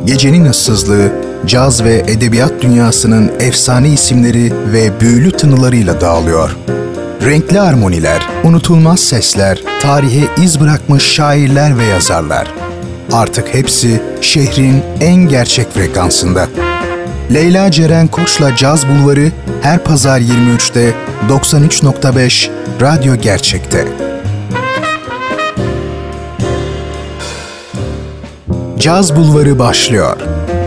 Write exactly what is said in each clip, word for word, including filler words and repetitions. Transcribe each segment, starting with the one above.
gecenin ıssızlığı, caz ve edebiyat dünyasının efsane isimleri ve büyülü tınılarıyla dağılıyor. Renkli armoniler, unutulmaz sesler, tarihe iz bırakmış şairler ve yazarlar. Artık hepsi şehrin en gerçek frekansında. Leyla Ceren Koç'la Caz Bulvarı her pazar yirmi üçte doksan üç nokta beş Radyo Gerçek'te. Caz Bulvarı başlıyor.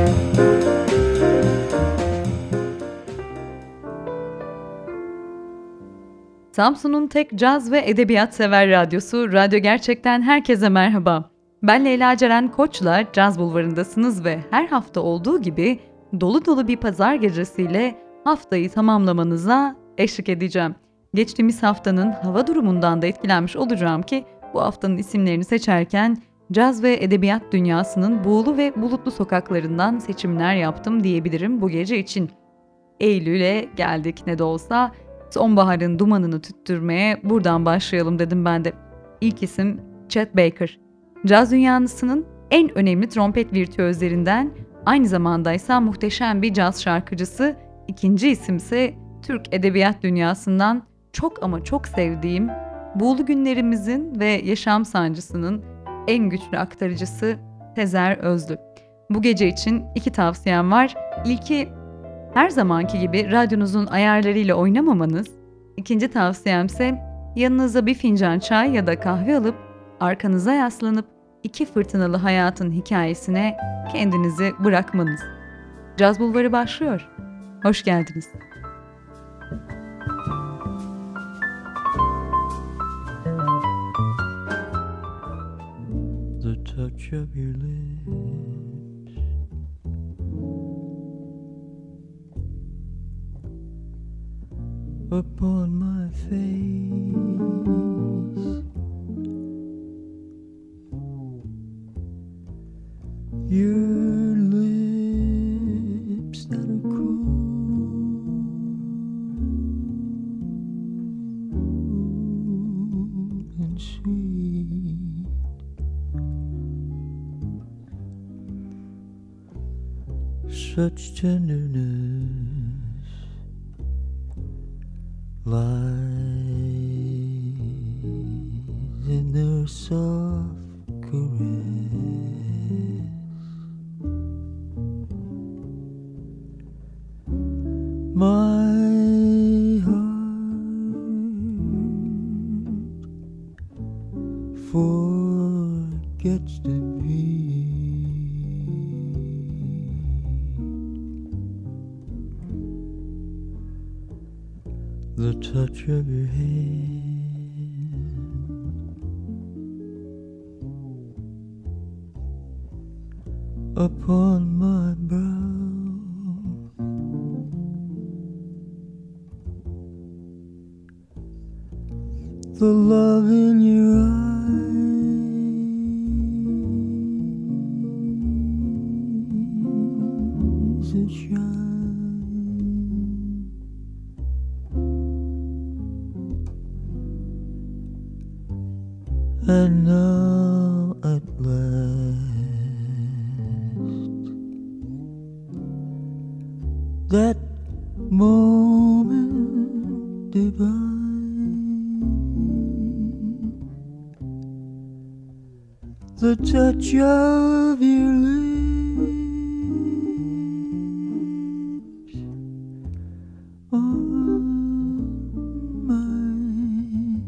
Samsun'un tek caz ve edebiyat sever radyosu Radyo Gerçek'ten herkese merhaba. Ben Leyla Ceren Koç'la Caz Bulvarı'ndasınız ve her hafta olduğu gibi dolu dolu bir pazar gecesiyle haftayı tamamlamanıza eşlik edeceğim. Geçtiğimiz haftanın hava durumundan da etkilenmiş olacağım ki bu haftanın isimlerini seçerken caz ve edebiyat dünyasının buğulu ve bulutlu sokaklarından seçimler yaptım diyebilirim bu gece için. Eylül'e geldik ne de olsa. Sonbaharın dumanını tüttürmeye buradan başlayalım dedim ben de. İlk isim Chet Baker. Caz dünyasının en önemli trompet virtüözlerinden, aynı zamanda ise muhteşem bir caz şarkıcısı. İkinci isimse Türk edebiyat dünyasından çok ama çok sevdiğim, buğulu günlerimizin ve yaşam sancısının en güçlü aktarıcısı Tezer Özlü. Bu gece için iki tavsiyem var. İlki, her zamanki gibi radyonuzun ayarlarıyla oynamamanız. İkinci tavsiyemse yanınıza bir fincan çay ya da kahve alıp arkanıza yaslanıp iki fırtınalı hayatın hikayesine kendinizi bırakmanız. Caz Bulvarı başlıyor. Hoş geldiniz. The touch of your lips, upon my face, your lips that are cool and sweet, such tenderness lies in their soft caress. My heart forgets to beat. The touch of your hand upon my brow, the love in your eyes that shine, and now at last that moment divine, the touch of your lips on mine.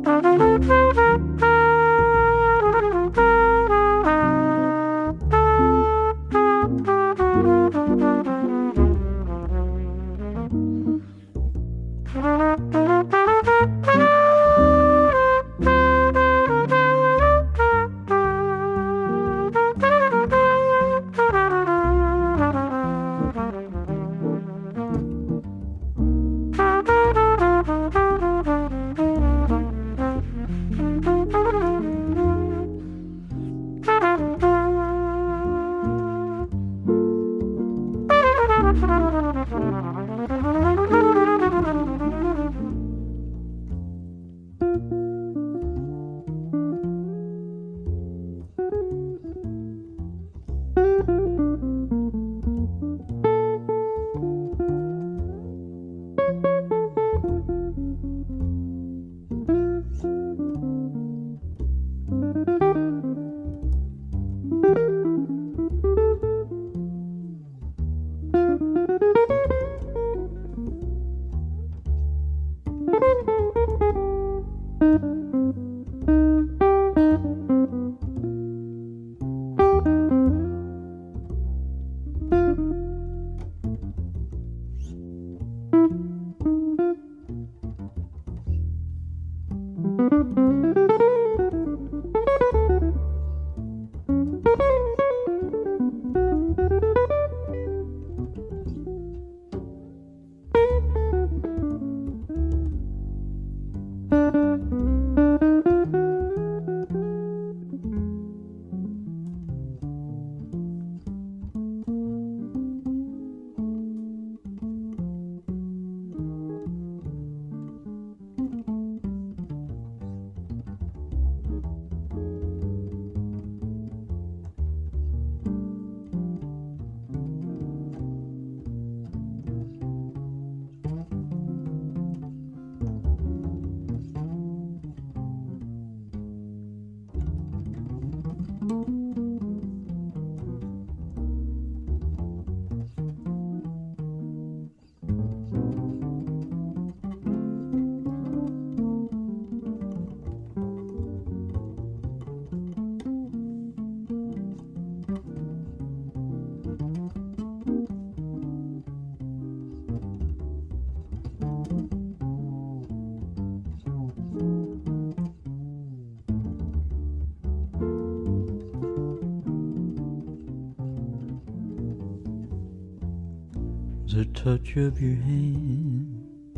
The touch of your hand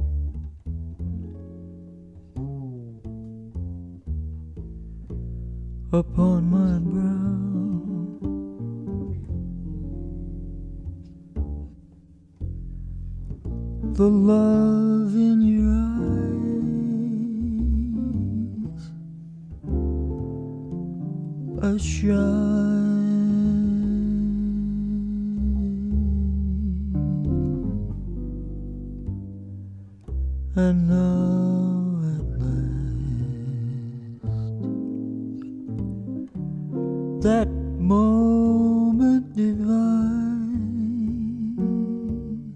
upon my brow, the love in your eyes, a shine. And now at last, that moment divine,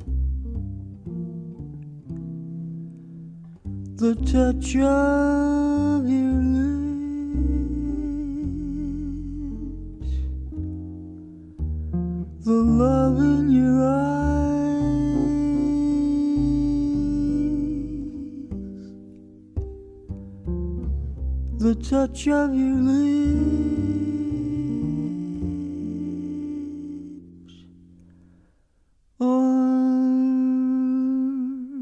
the touch of your lips, the love in your eyes, the touch of your lips on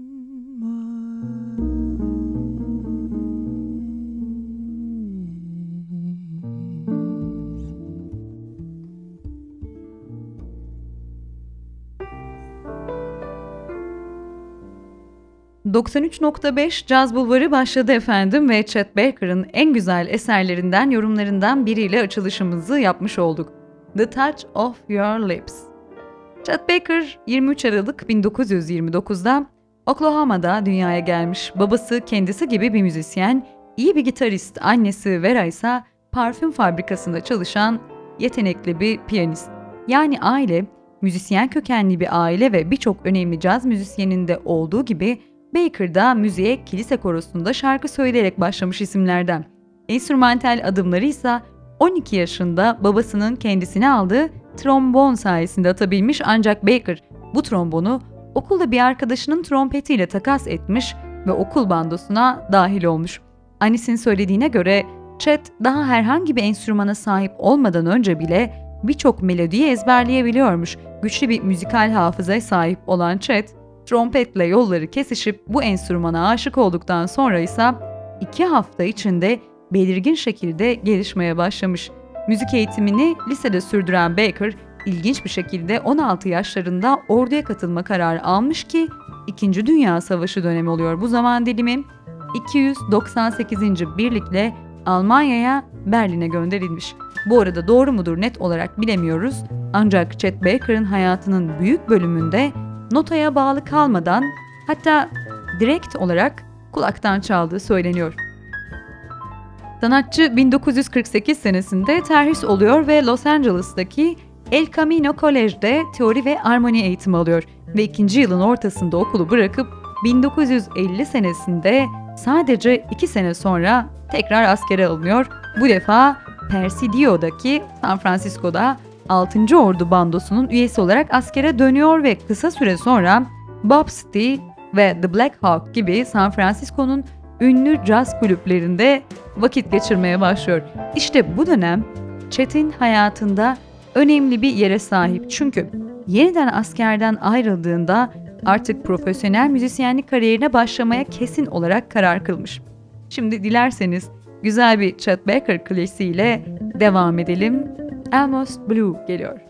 doksan üç nokta beş Caz Bulvarı başladı efendim ve Chet Baker'ın en güzel eserlerinden, yorumlarından biriyle açılışımızı yapmış olduk. The Touch of Your Lips. Chet Baker yirmi üç Aralık bin dokuz yüz yirmi dokuzda Oklahoma'da dünyaya gelmiş. Babası kendisi gibi bir müzisyen, iyi bir gitarist, annesi Vera ise parfüm fabrikasında çalışan yetenekli bir piyanist. Yani aile, müzisyen kökenli bir aile ve birçok önemli caz müzisyeninde olduğu gibi Baker da müziğe kilise korosunda şarkı söyleyerek başlamış isimlerden. Enstrümantal adımları ise on iki yaşında babasının kendisine aldığı trombon sayesinde atabilmiş, ancak Baker bu trombonu okulda bir arkadaşının trompetiyle takas etmiş ve okul bandosuna dahil olmuş. Annesinin söylediğine göre Chet daha herhangi bir enstrümana sahip olmadan önce bile birçok melodiyi ezberleyebiliyormuş. Güçlü bir müzikal hafızaya sahip olan Chet, trompetle yolları kesişip bu enstrümana aşık olduktan sonra ise iki hafta içinde belirgin şekilde gelişmeye başlamış. Müzik eğitimini lisede sürdüren Baker, ilginç bir şekilde on altı yaşlarında orduya katılma kararı almış ki İkinci Dünya Savaşı dönemi oluyor bu zaman dilimi. iki yüz doksan sekizinci birlikle Almanya'ya, Berlin'e gönderilmiş. Bu arada doğru mudur net olarak bilemiyoruz, ancak Chet Baker'ın hayatının büyük bölümünde notaya bağlı kalmadan, hatta direkt olarak kulaktan çaldığı söyleniyor. Sanatçı bin dokuz yüz kırk sekiz senesinde terhis oluyor ve Los Angeles'taki El Camino College'de teori ve armoni eğitimi alıyor ve ikinci yılın ortasında okulu bırakıp bin dokuz yüz elli senesinde sadece iki sene sonra tekrar askere alınıyor. Bu defa Presidio'daki San Francisco'da altıncı Ordu Bandosu'nun üyesi olarak askere dönüyor ve kısa süre sonra Bob Steele ve The Black Hawk gibi San Francisco'nun ünlü caz kulüplerinde vakit geçirmeye başlıyor. İşte bu dönem Chet'in hayatında önemli bir yere sahip. Çünkü yeniden askerden ayrıldığında artık profesyonel müzisyenlik kariyerine başlamaya kesin olarak karar kılmış. Şimdi dilerseniz güzel bir Chet Baker klasiğiyle devam edelim. Almost Blue geliyor.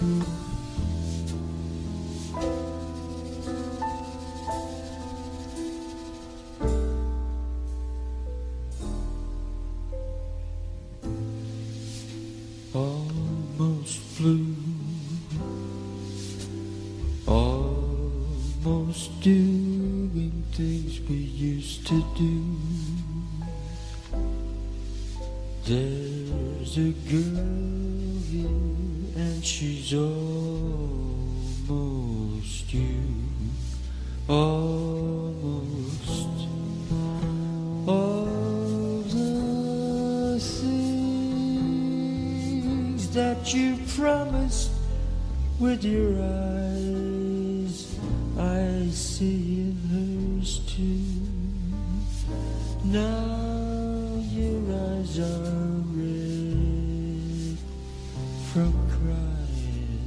Almost blue, almost doing things we used to do. There's a girl here and she's almost you, almost. All the things that you promised with your eyes, I see in hers too. Now your eyes are red from crying.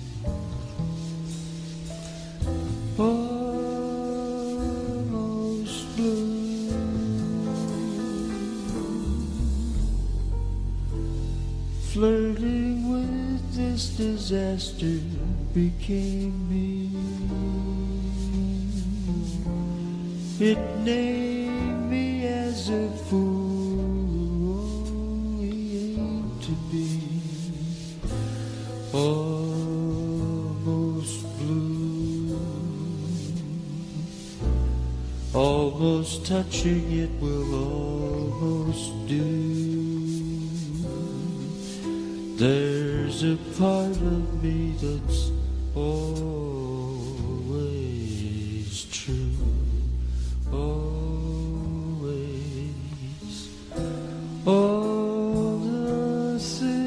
Almost blue. Flirting with this disaster became me. It named me as a fool only aimed to be. Almost blue, almost touching it will almost do. There's a part of me that's always true. Always, all the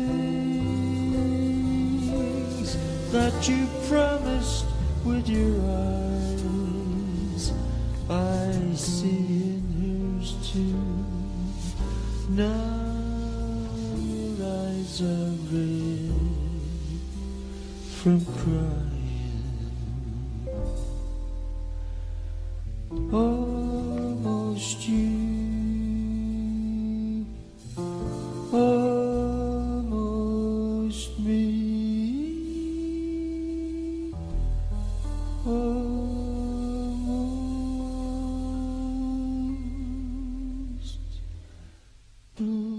things that you promised with your eyes, I see in hers too. Now your eyes are red from crying. Almost you, almost me, almost blue.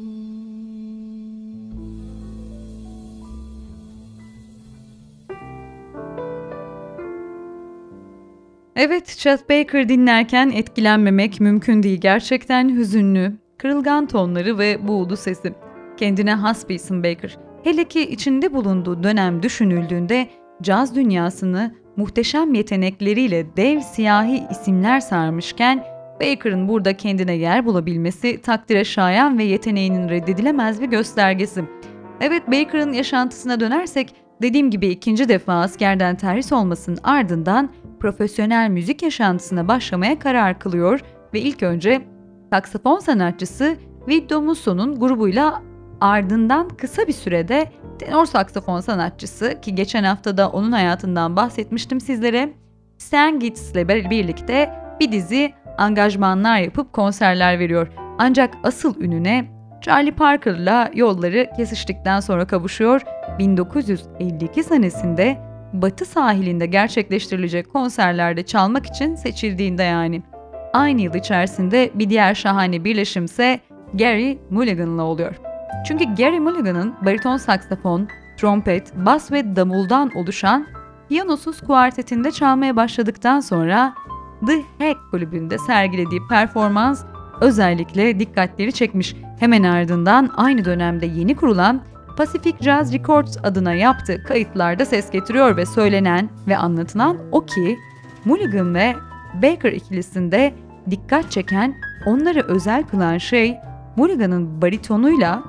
Evet, Chet Baker dinlerken etkilenmemek mümkün değil. Gerçekten hüzünlü, kırılgan tonları ve buğulu sesi. Kendine has bir isim Baker. Hele ki içinde bulunduğu dönem düşünüldüğünde caz dünyasını muhteşem yetenekleriyle dev siyahi isimler sarmışken Baker'ın burada kendine yer bulabilmesi takdire şayan ve yeteneğinin reddedilemez bir göstergesi. Evet, Baker'ın yaşantısına dönersek dediğim gibi ikinci defa askerden terhis olmasının ardından profesyonel müzik yaşantısına başlamaya karar kılıyor ve ilk önce saksafon sanatçısı Vito Musso'nun grubuyla, ardından kısa bir sürede tenor saksafon sanatçısı, ki geçen hafta da onun hayatından bahsetmiştim sizlere, Stan Getz ile birlikte bir dizi angajmanlar yapıp konserler veriyor. Ancak asıl ününe Charlie Parker'la yolları kesiştikten sonra kavuşuyor. bin dokuz yüz elli iki senesinde Batı sahilinde gerçekleştirilecek konserlerde çalmak için seçildiğinde yani. Aynı yıl içerisinde bir diğer şahane birleşimse Gary Mulligan'la oluyor. Çünkü Gary Mulligan'ın bariton saksafon, trompet, bas ve davuldan oluşan piyanosuz kuartetinde çalmaya başladıktan sonra The Hack kulübünde sergilediği performans özellikle dikkatleri çekmiş. Hemen ardından aynı dönemde yeni kurulan Pacific Jazz Records adına yaptığı kayıtlarda ses getiriyor ve söylenen ve anlatılan o ki Mulligan ve Baker ikilisinde dikkat çeken, onları özel kılan şey Mulligan'ın baritonuyla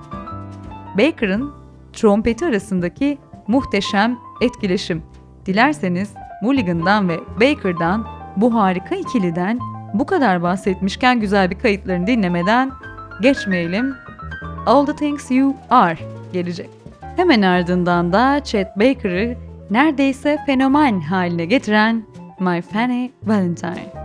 Baker'ın trompeti arasındaki muhteşem etkileşim. Dilerseniz Mulligan'dan ve Baker'dan, bu harika ikiliden bu kadar bahsetmişken güzel bir kayıtlarını dinlemeden geçmeyelim. All the Things You Are gelecek. Hemen ardından da Chet Baker'ı neredeyse fenomen haline getiren My Funny Valentine.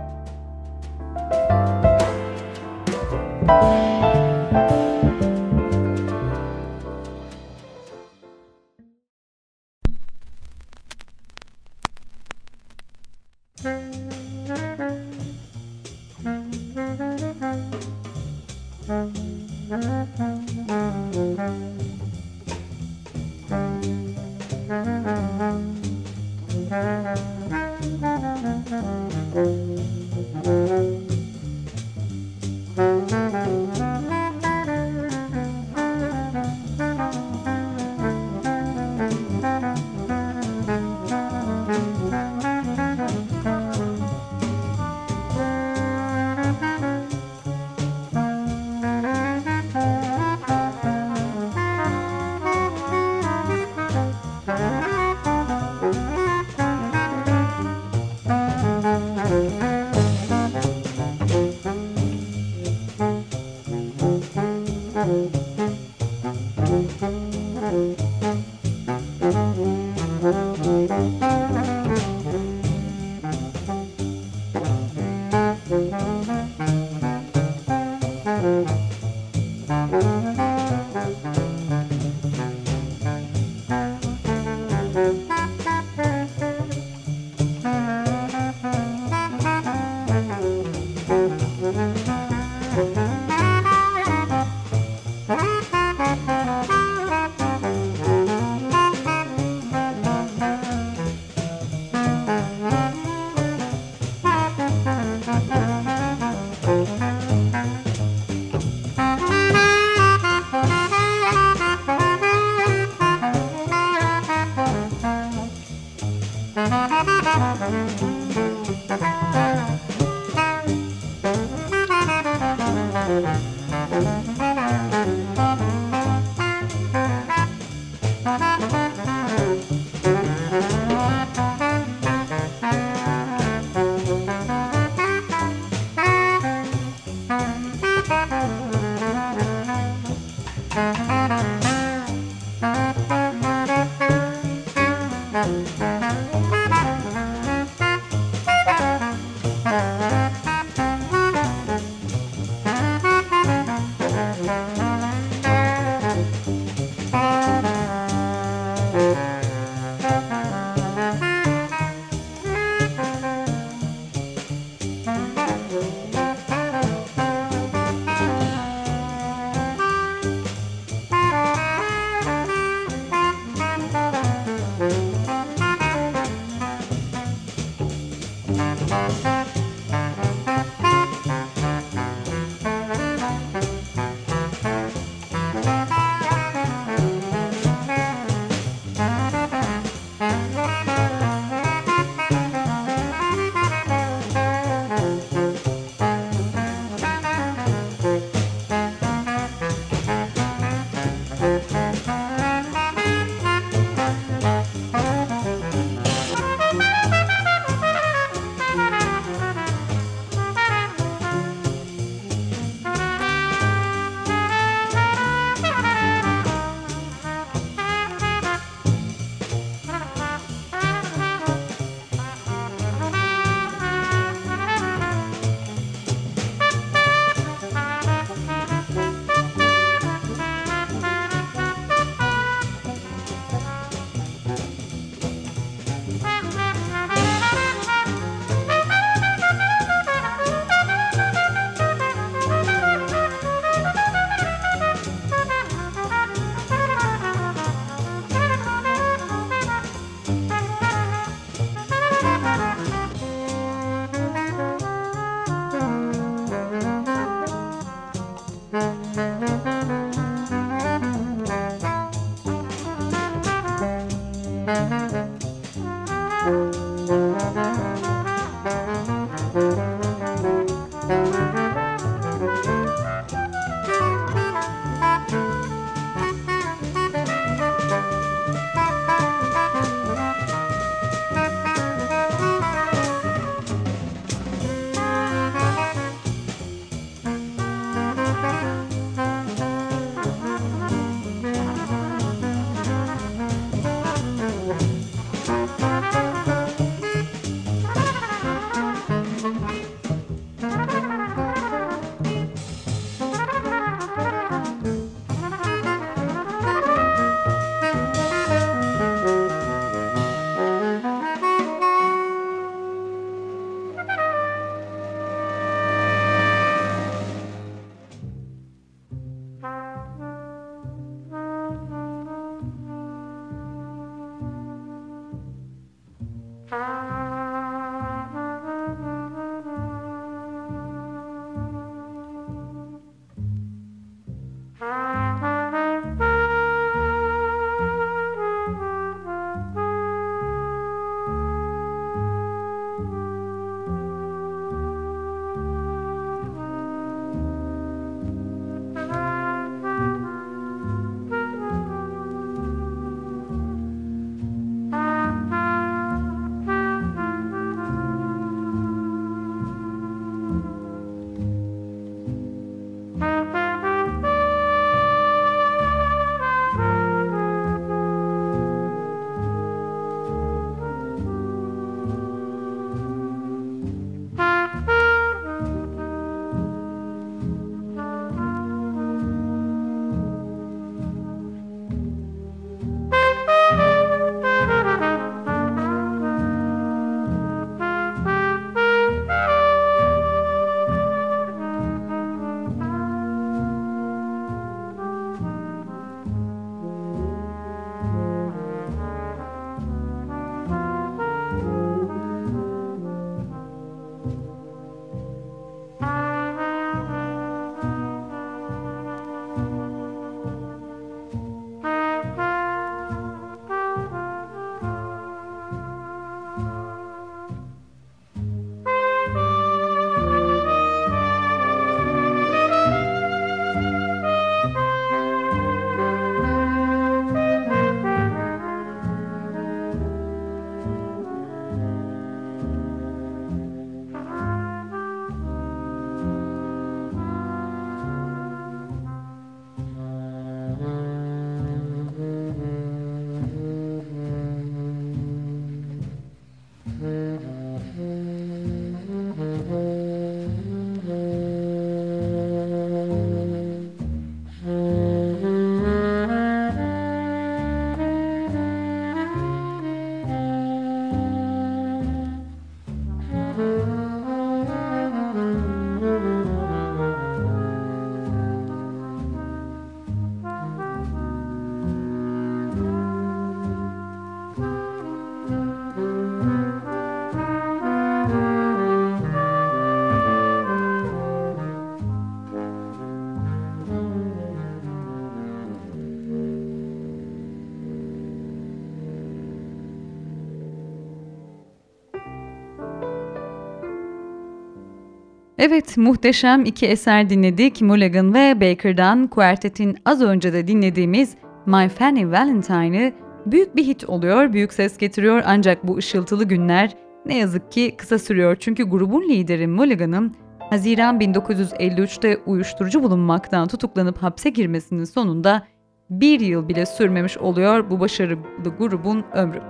Evet, muhteşem iki eser dinledik. Mulligan ve Baker'dan kuartetin az önce de dinlediğimiz My Funny Valentine'ı büyük bir hit oluyor, büyük ses getiriyor ancak bu ışıltılı günler ne yazık ki kısa sürüyor. Çünkü grubun lideri Mulligan'ın Haziran bin dokuz yüz elli üçte uyuşturucu bulunmaktan tutuklanıp hapse girmesinin sonunda bir yıl bile sürmemiş oluyor bu başarılı grubun ömrü.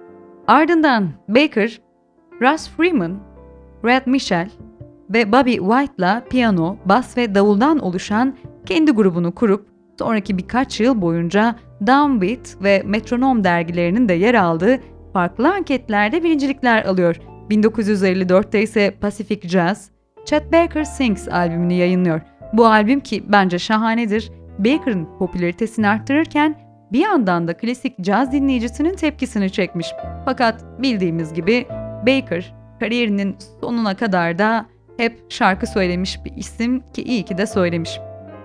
Ardından Baker, Russ Freeman, Red Michel ve Bobby White'la piyano, bas ve davuldan oluşan kendi grubunu kurup sonraki birkaç yıl boyunca Downbeat ve Metronom dergilerinin de yer aldığı farklı anketlerde birincilikler alıyor. bin dokuz yüz elli dörtte ise Pacific Jazz, Chet Baker Sings albümünü yayınlıyor. Bu albüm ki bence şahanedir, Baker'ın popülaritesini arttırırken bir yandan da klasik caz dinleyicisinin tepkisini çekmiş. Fakat bildiğimiz gibi Baker kariyerinin sonuna kadar da hep şarkı söylemiş bir isim ki iyi ki de söylemiş.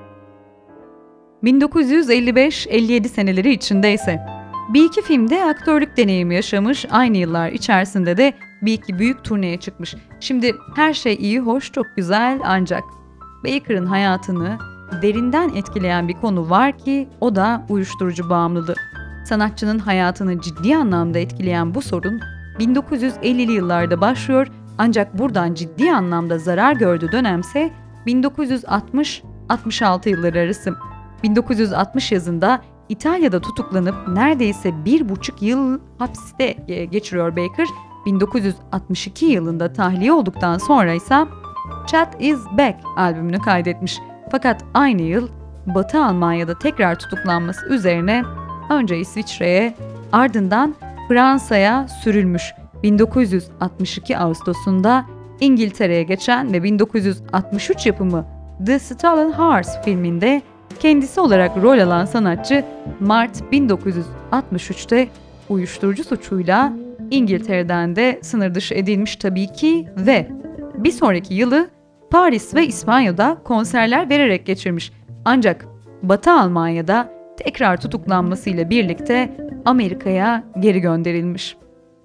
bin dokuz yüz elli beş elli yedi seneleri içinde ise bir iki filmde aktörlük deneyimi yaşamış, aynı yıllar içerisinde de bir iki büyük turneye çıkmış. Şimdi her şey iyi, hoş, çok güzel ancak Baker'ın hayatını derinden etkileyen bir konu var ki o da uyuşturucu bağımlılığı. Sanatçının hayatını ciddi anlamda etkileyen bu sorun bin dokuz yüz ellili yıllarda başlıyor ancak buradan ciddi anlamda zarar gördüğü dönemse bin dokuz yüz altmış altmış altı yılları arası. bin dokuz yüz altmış yazında İtalya'da tutuklanıp neredeyse bir buçuk yıl hapiste geçiriyor Baker. bin dokuz yüz altmış iki yılında tahliye olduktan sonra ise Chet is Back albümünü kaydetmiş. Fakat aynı yıl Batı Almanya'da tekrar tutuklanması üzerine önce İsviçre'ye ardından Fransa'ya sürülmüş. bin dokuz yüz altmış iki Ağustos'unda İngiltere'ye geçen ve bin dokuz yüz altmış üç yapımı The Stolen Horse filminde kendisi olarak rol alan sanatçı Mart bin dokuz yüz altmış üçte uyuşturucu suçuyla İngiltere'den de sınır dışı edilmiş tabii ki ve bir sonraki yılı Paris ve İspanya'da konserler vererek geçirmiş. Ancak Batı Almanya'da tekrar tutuklanmasıyla birlikte Amerika'ya geri gönderilmiş.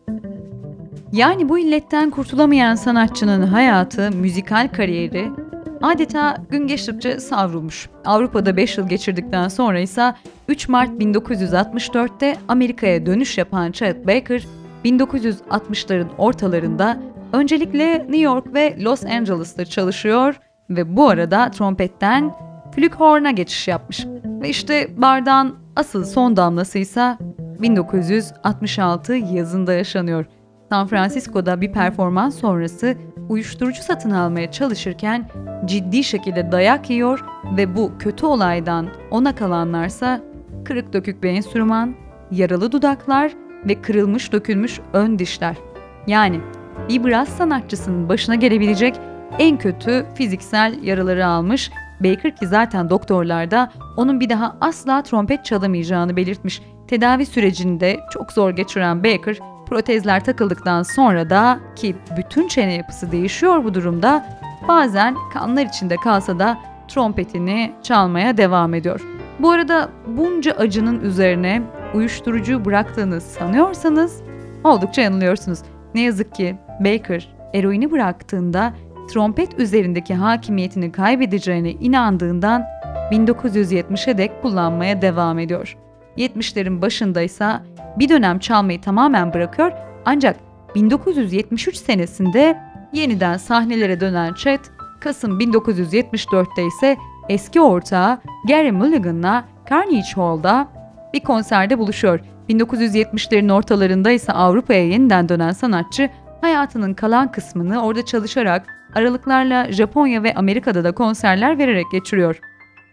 Yani bu illetten kurtulamayan sanatçının hayatı, müzikal kariyeri adeta gün geçtikçe savrulmuş. Avrupa'da beş yıl geçirdikten sonra ise üç Mart bin dokuz yüz altmış dörtte Amerika'ya dönüş yapan Chet Baker, bin dokuz yüz altmışların ortalarında öncelikle New York ve Los Angeles'ta çalışıyor ve bu arada trompetten flükhorna geçiş yapmış. Ve işte bardağın asıl son damlası ise bin dokuz yüz altmış altı yazında yaşanıyor. San Francisco'da bir performans sonrası uyuşturucu satın almaya çalışırken ciddi şekilde dayak yiyor ve bu kötü olaydan ona kalanlarsa kırık dökük bir enstrüman, yaralı dudaklar ve kırılmış dökülmüş ön dişler. Yani bir brass sanatçısının başına gelebilecek en kötü fiziksel yaraları almış. Baker ki zaten doktorlar da onun bir daha asla trompet çalamayacağını belirtmiş. Tedavi sürecinde çok zor geçiren Baker, protezler takıldıktan sonra da ki bütün çene yapısı değişiyor bu durumda, bazen kanlar içinde kalsa da trompetini çalmaya devam ediyor. Bu arada bunca acının üzerine uyuşturucu bıraktığını sanıyorsanız oldukça yanılıyorsunuz. Ne yazık ki Baker eroini bıraktığında trompet üzerindeki hakimiyetini kaybedeceğine inandığından bin dokuz yüz yetmişe dek kullanmaya devam ediyor. yetmişlerin başındaysa bir dönem çalmayı tamamen bırakıyor ancak bin dokuz yüz yetmiş üç senesinde yeniden sahnelere dönen Chet, Kasım bin dokuz yüz yetmiş dörtte ise eski ortağı Gary Mulligan'la Carnegie Hall'da bir konserde buluşuyor. bin dokuz yüz yetmişlerin ortalarında ise Avrupa'ya yeniden dönen sanatçı hayatının kalan kısmını orada çalışarak aralıklarla Japonya ve Amerika'da da konserler vererek geçiriyor.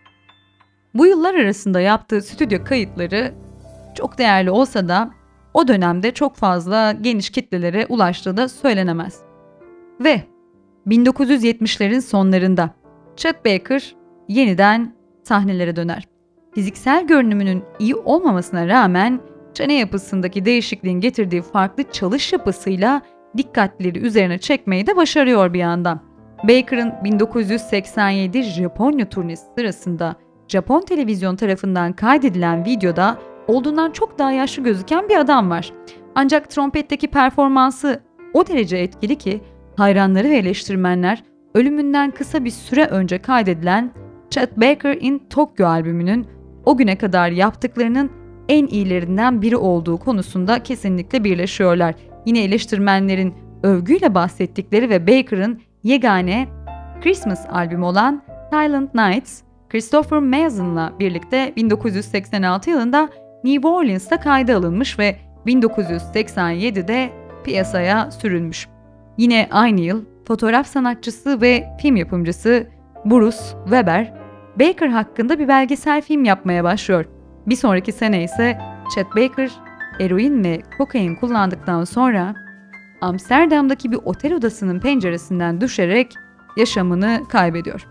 Bu yıllar arasında yaptığı stüdyo kayıtları çok değerli olsa da o dönemde çok fazla geniş kitlelere ulaştığı da söylenemez. Ve bin dokuz yüz yetmişlerin sonlarında Chet Baker yeniden sahnelere döner. Fiziksel görünümünün iyi olmamasına rağmen çene yapısındaki değişikliğin getirdiği farklı çalış yapısıyla dikkatleri üzerine çekmeyi de başarıyor bir yandan. Baker'ın bin dokuz yüz seksen yedi Japonya turnesi sırasında Japon televizyon tarafından kaydedilen videoda olduğundan çok daha yaşlı gözüken bir adam var. Ancak trompetteki performansı o derece etkili ki hayranları ve eleştirmenler ölümünden kısa bir süre önce kaydedilen Chet Baker in Tokyo albümünün o güne kadar yaptıklarının en iyilerinden biri olduğu konusunda kesinlikle birleşiyorlar. Yine eleştirmenlerin övgüyle bahsettikleri ve Baker'ın yegane Christmas albümü olan Silent Nights, Christopher Mason'la birlikte bin dokuz yüz seksen altı yılında New Orleans'ta kayda alınmış ve bin dokuz yüz seksen yedide piyasaya sürülmüş. Yine aynı yıl fotoğraf sanatçısı ve film yapımcısı Bruce Weber, Baker hakkında bir belgesel film yapmaya başlıyor. Bir sonraki sene ise Chet Baker, eroin ve kokain kullandıktan sonra Amsterdam'daki bir otel odasının penceresinden düşerek yaşamını kaybediyor.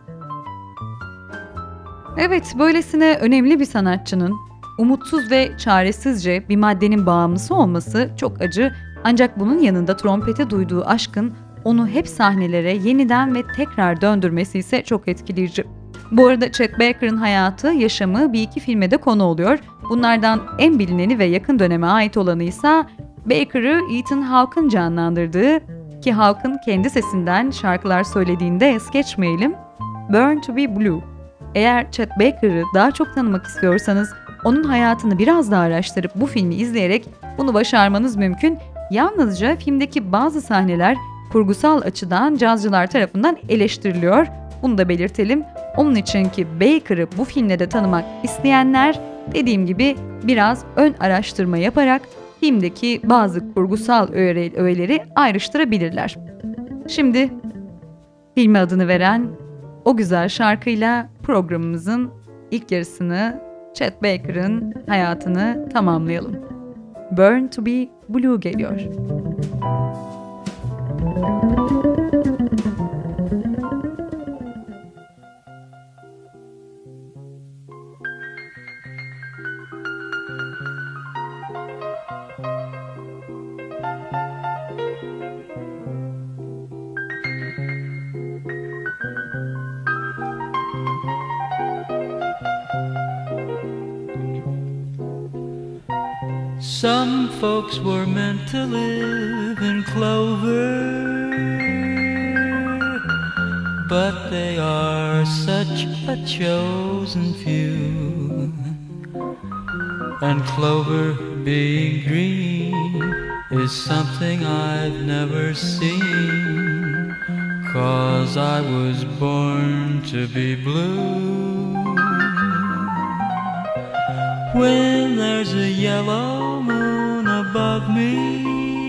Evet, böylesine önemli bir sanatçının umutsuz ve çaresizce bir maddenin bağımlısı olması çok acı, ancak bunun yanında trompete duyduğu aşkın onu hep sahnelere yeniden ve tekrar döndürmesi ise çok etkileyici. Bu arada Chet Baker'ın hayatı, yaşamı bir iki filme de konu oluyor. Bunlardan en bilineni ve yakın döneme ait olanı ise Baker'ı Ethan Hawke'ın canlandırdığı, ki Hawke'ın kendi sesinden şarkılar söylediğinde es geçmeyelim, Born to be Blue. Eğer Chet Baker'ı daha çok tanımak istiyorsanız onun hayatını biraz daha araştırıp bu filmi izleyerek bunu başarmanız mümkün. Yalnızca filmdeki bazı sahneler kurgusal açıdan cazcılar tarafından eleştiriliyor. Bunu da belirtelim. Onun için ki Baker'ı bu filmde de tanımak isteyenler dediğim gibi biraz ön araştırma yaparak filmdeki bazı kurgusal öğe, öğeleri ayrıştırabilirler. Şimdi filme adını veren o güzel şarkıyla programımızın ilk yarısını, Chet Baker'ın hayatını tamamlayalım. Born to be Blue geliyor. Some folks were meant to live in clover, but they are such a chosen few. And clover being green is something I've never seen, 'cause I was born to be blue. When there's a yellow moon above me,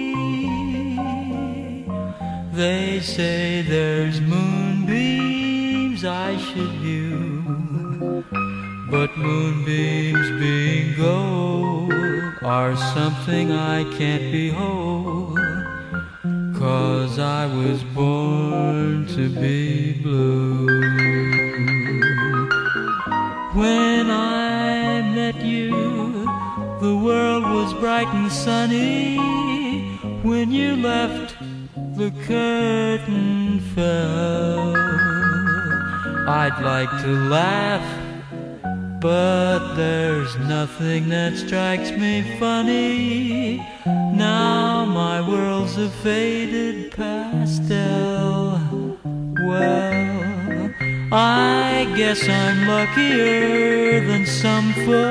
they say there's moonbeams I should view. But moonbeams being gold are something I can't behold, 'cause I was born to be blue. When I met you, the world was bright and sunny. When you left, the curtain fell. I'd like to laugh, but there's nothing that strikes me funny. Now my world's a faded pastel. Well, I guess I'm luckier than some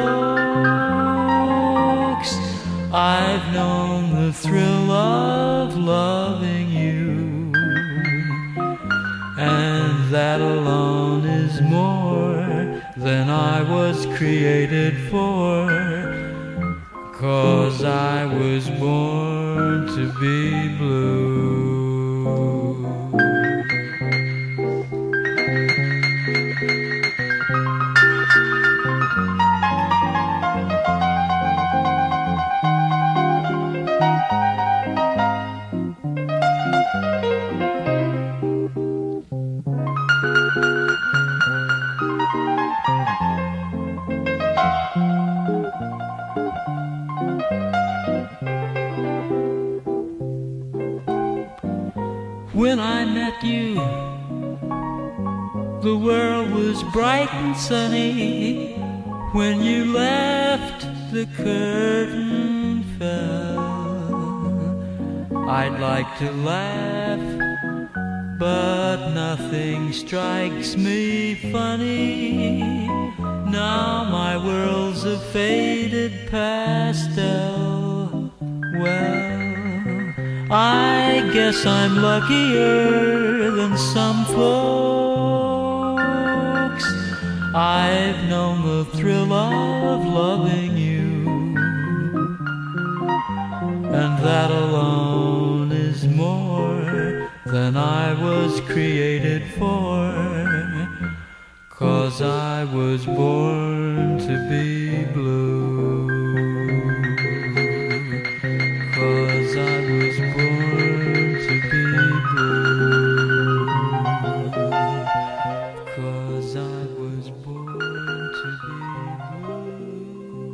folks. I've known the thrill of loving you, and that alone is more than I was created for, 'cause I was born to be blue. When I met you, the world was bright and sunny. When you left, the curtain fell. I'd like to laugh, but nothing strikes me funny. Now my world's a faded pastel. Well, I guess I'm luckier than some folks. I've known the thrill of loving you, and that alone is more than I was created for, 'cause I was born to be blue. 'Cause I was born to be blue. 'Cause I was born to be blue.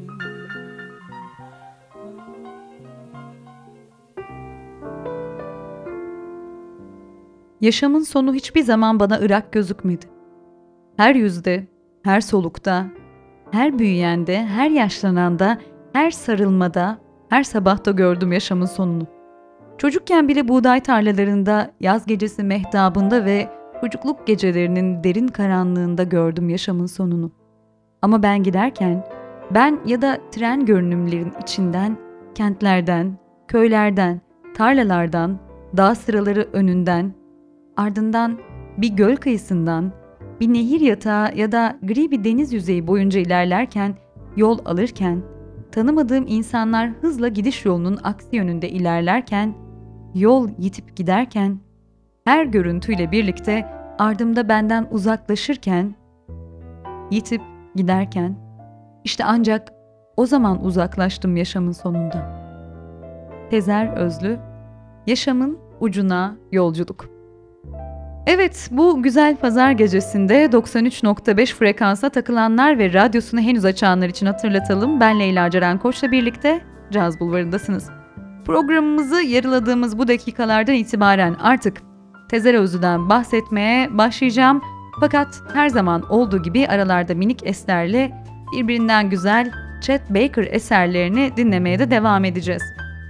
Yaşamın sonu hiçbir zaman bana ırak gözükmedi. Her yüzde, her solukta, her büyüyende, her yaşlananda, her sarılmada, her sabahta gördüm yaşamın sonunu. Çocukken bile buğday tarlalarında, yaz gecesi mehtabında ve çocukluk gecelerinin derin karanlığında gördüm yaşamın sonunu. Ama ben giderken, ben ya da tren görünümlerin içinden, kentlerden, köylerden, tarlalardan, dağ sıraları önünden, ardından bir göl kıyısından, bir nehir yatağı ya da gri bir deniz yüzeyi boyunca ilerlerken, yol alırken, tanımadığım insanlar hızla gidiş yolunun aksi yönünde ilerlerken, yol yitip giderken, her görüntüyle birlikte ardımda benden uzaklaşırken, yitip giderken, işte ancak o zaman uzaklaştım yaşamın sonunda. Tezer Özlü, Yaşamın Ucuna Yolculuk. Evet, bu güzel pazar gecesinde doksan üç nokta beş frekansa takılanlar ve radyosunu henüz açanlar için hatırlatalım. Ben Leyla Ceren Koç'la birlikte Caz Bulvarı'ndasınız. Programımızı yarıladığımız bu dakikalardan itibaren artık Tezer Özlü'den bahsetmeye başlayacağım. Fakat her zaman olduğu gibi aralarda minik eslerle birbirinden güzel Chet Baker eserlerini dinlemeye de devam edeceğiz.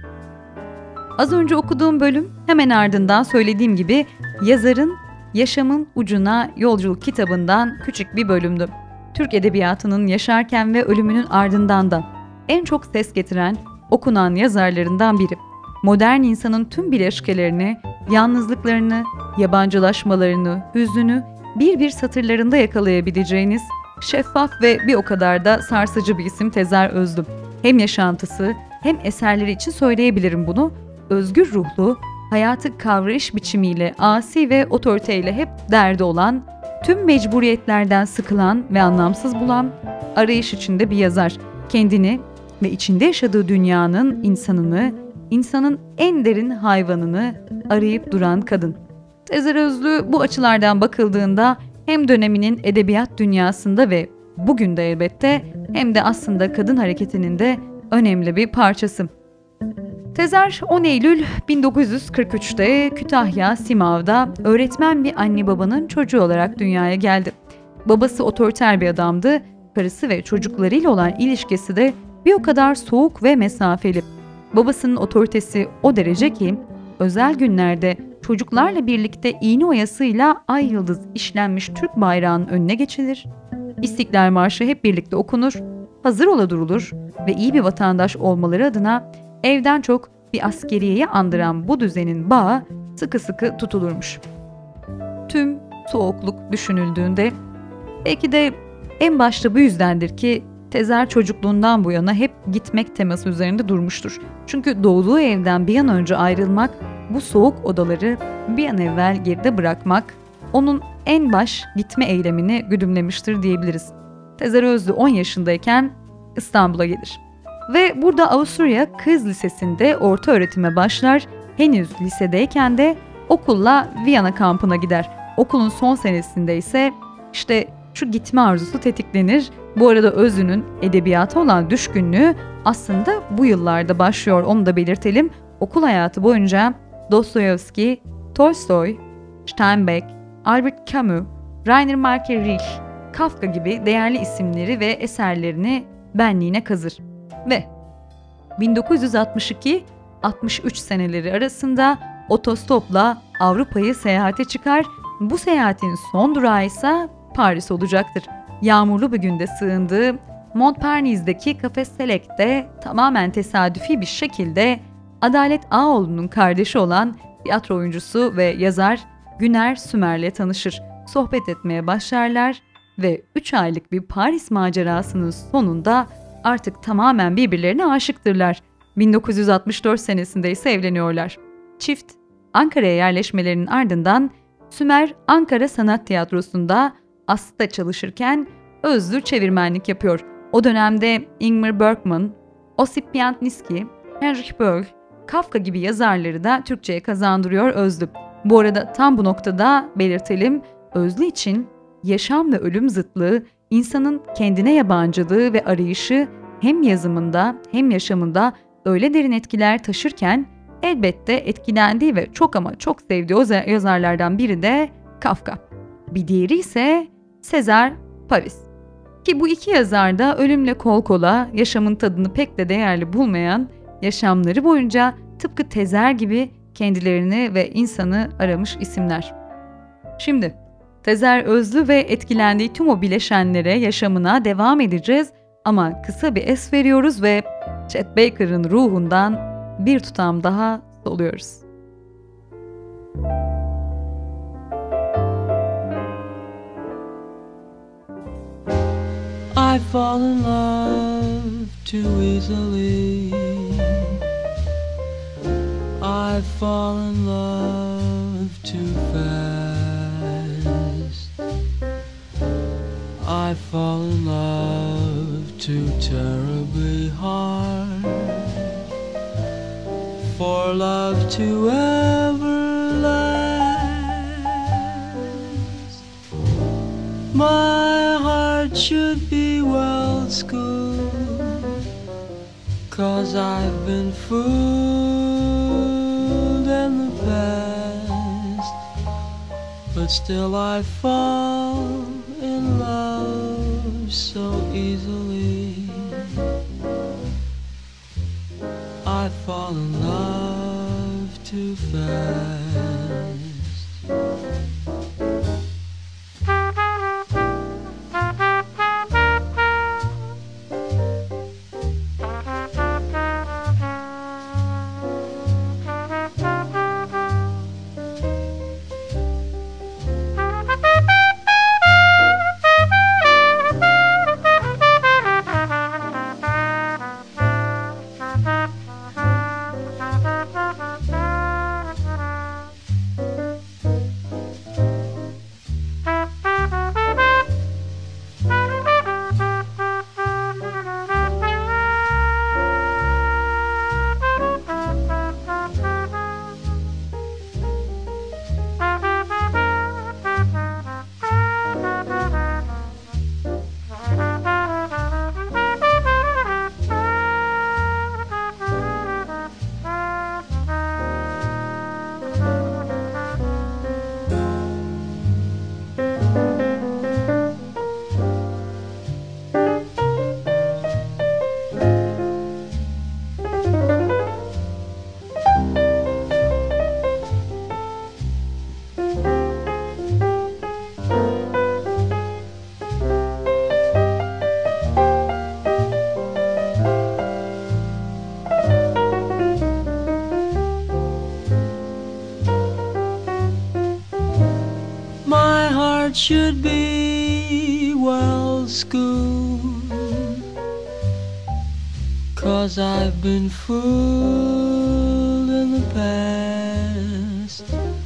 Az önce okuduğum bölüm hemen ardından söylediğim gibi yazarın Yaşamın Ucuna Yolculuk kitabından küçük bir bölümdü. Türk edebiyatının yaşarken ve ölümünün ardından da en çok ses getiren, okunan yazarlarından biri. Modern insanın tüm bileşkelerini, yalnızlıklarını, yabancılaşmalarını, hüznünü bir bir satırlarında yakalayabileceğiniz şeffaf ve bir o kadar da sarsıcı bir isim Tezer Özlü. Hem yaşantısı hem eserleri için söyleyebilirim bunu. Özgür ruhlu, hayatı kavrayış biçimiyle asi ve otoriteyle hep derdi olan, tüm mecburiyetlerden sıkılan ve anlamsız bulan, arayış içinde bir yazar. Kendini ve içinde yaşadığı dünyanın insanını, insanın en derin hayvanını arayıp duran kadın. Tezer Özlü bu açılardan bakıldığında hem döneminin edebiyat dünyasında ve bugün de elbette hem de aslında kadın hareketinin de önemli bir parçası. Tezer on Eylül bin dokuz yüz kırk üçte Kütahya Simav'da öğretmen bir anne babanın çocuğu olarak dünyaya geldi. Babası otoriter bir adamdı, karısı ve çocuklarıyla olan ilişkisi de bir o kadar soğuk ve mesafeli. Babasının otoritesi o derece ki özel günlerde çocuklarla birlikte iğne oyasıyla ay yıldız işlenmiş Türk bayrağının önüne geçilir. İstiklal Marşı hep birlikte okunur, hazır ola durulur ve iyi bir vatandaş olmaları adına evden çok bir askeriyeyi andıran bu düzenin bağı sıkı sıkı tutulurmuş. Tüm soğukluk düşünüldüğünde belki de en başta bu yüzdendir ki Tezer çocukluğundan bu yana hep gitmek teması üzerinde durmuştur. Çünkü doğduğu evden bir an önce ayrılmak, bu soğuk odaları bir an evvel geride bırakmak onun en baş gitme eylemini güdümlemiştir diyebiliriz. Tezer Özlü on yaşındayken İstanbul'a gelir. Ve burada Avusturya Kız Lisesi'nde orta öğretime başlar. Henüz lisedeyken de okulla Viyana kampına gider. Okulun son senesinde ise işte şu gitme arzusu tetiklenir. Bu arada Özlü'nün edebiyata olan düşkünlüğü aslında bu yıllarda başlıyor, onu da belirtelim. Okul hayatı boyunca Dostoyevski, Tolstoy, Steinbeck, Albert Camus, Rainer Maria Rilke, Kafka gibi değerli isimleri ve eserlerini benliğine kazır. Ve bin dokuz yüz altmış iki altmış üç seneleri arasında otostopla Avrupa'yı seyahate çıkar. Bu seyahatin son durağı ise Paris olacaktır. Yağmurlu bir günde sığındığı Montparnasse'deki Café Select'te tamamen tesadüfi bir şekilde Adalet Ağaoğlu'nun kardeşi olan tiyatro oyuncusu ve yazar Güner Sümer'le tanışır. Sohbet etmeye başlarlar ve üç aylık bir Paris macerasının sonunda artık tamamen birbirlerine aşıktırlar. bin dokuz yüz altmış dört senesinde ise evleniyorlar. Çift Ankara'ya yerleşmelerinin ardından Sümer Ankara Sanat Tiyatrosu'nda As'ta çalışırken Özlü çevirmenlik yapıyor. O dönemde Ingmar Bergman, Osip Piatnitski, Heinrich Böll, Kafka gibi yazarları da Türkçe'ye kazandırıyor Özlü. Bu arada tam bu noktada belirtelim, Özlü için yaşam ve ölüm zıtlığı, insanın kendine yabancılığı ve arayışı hem yazımında hem yaşamında öyle derin etkiler taşırken elbette etkilendiği ve çok ama çok sevdiği o yazarlardan biri de Kafka. Bir diğeri ise César Pavese. Ki bu iki yazar da ölümle kol kola, yaşamın tadını pek de değerli bulmayan, yaşamları boyunca tıpkı Tezer gibi kendilerini ve insanı aramış isimler. Şimdi Tezer Özlü ve etkilendiği tüm o bileşenlere, yaşamına devam edeceğiz ama kısa bir es veriyoruz ve Chet Baker'ın ruhundan bir tutam daha soluyoruz. I fall in love too easily. I fall in love too fast. I fall in love too terribly hard for love to ever last. My heart should be well schooled, 'cause I've been fooled in the past, but still I fall in love so easily. fall in love too fast. Should be well schooled, 'cause I've been fooled in the past,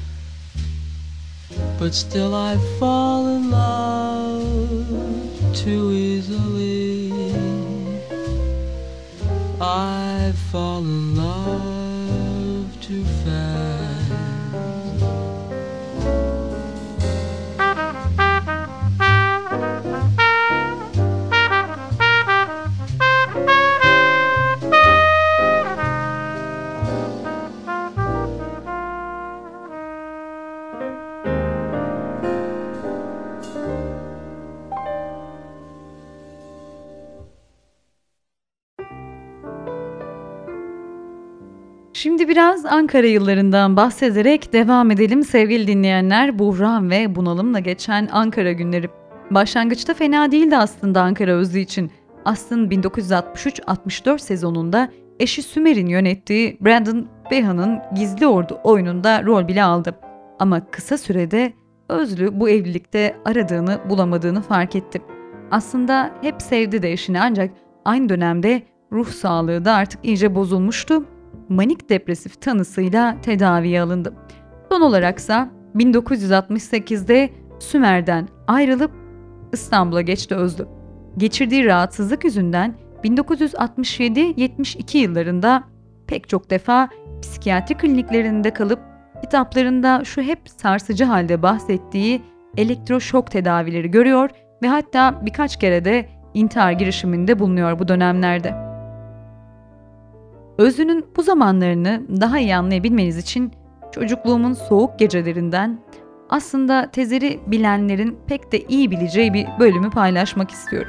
but still I fall in love too easily. I fall in love too fast. Şimdi biraz Ankara yıllarından bahsederek devam edelim sevgili dinleyenler. Buhran ve bunalımla geçen Ankara günleri. Başlangıçta fena değildi aslında Ankara Özlü için. Aslı'nın bin dokuz yüz altmış üç altmış dört sezonunda eşi Sümer'in yönettiği Brandon Behan'ın Gizli Ordu oyununda rol bile aldı. Ama kısa sürede Özlü bu evlilikte aradığını bulamadığını fark etti. Aslında hep sevdi de eşini, ancak aynı dönemde ruh sağlığı da artık iyice bozulmuştu. Manik depresif tanısıyla tedaviye alındı. Son olaraksa bin dokuz yüz altmış sekizde Sümer'den ayrılıp İstanbul'a geçti Özlü. Geçirdiği rahatsızlık yüzünden bin dokuz yüz altmış yedi yetmiş iki yıllarında pek çok defa psikiyatri kliniklerinde kalıp kitaplarında şu hep sarsıcı halde bahsettiği elektroşok tedavileri görüyor ve hatta birkaç kere de intihar girişiminde bulunuyor bu dönemlerde. Özlü'nün bu zamanlarını daha iyi anlayabilmeniz için çocukluğumun soğuk gecelerinden, aslında Tezer'i bilenlerin pek de iyi bileceği bir bölümü paylaşmak istiyorum.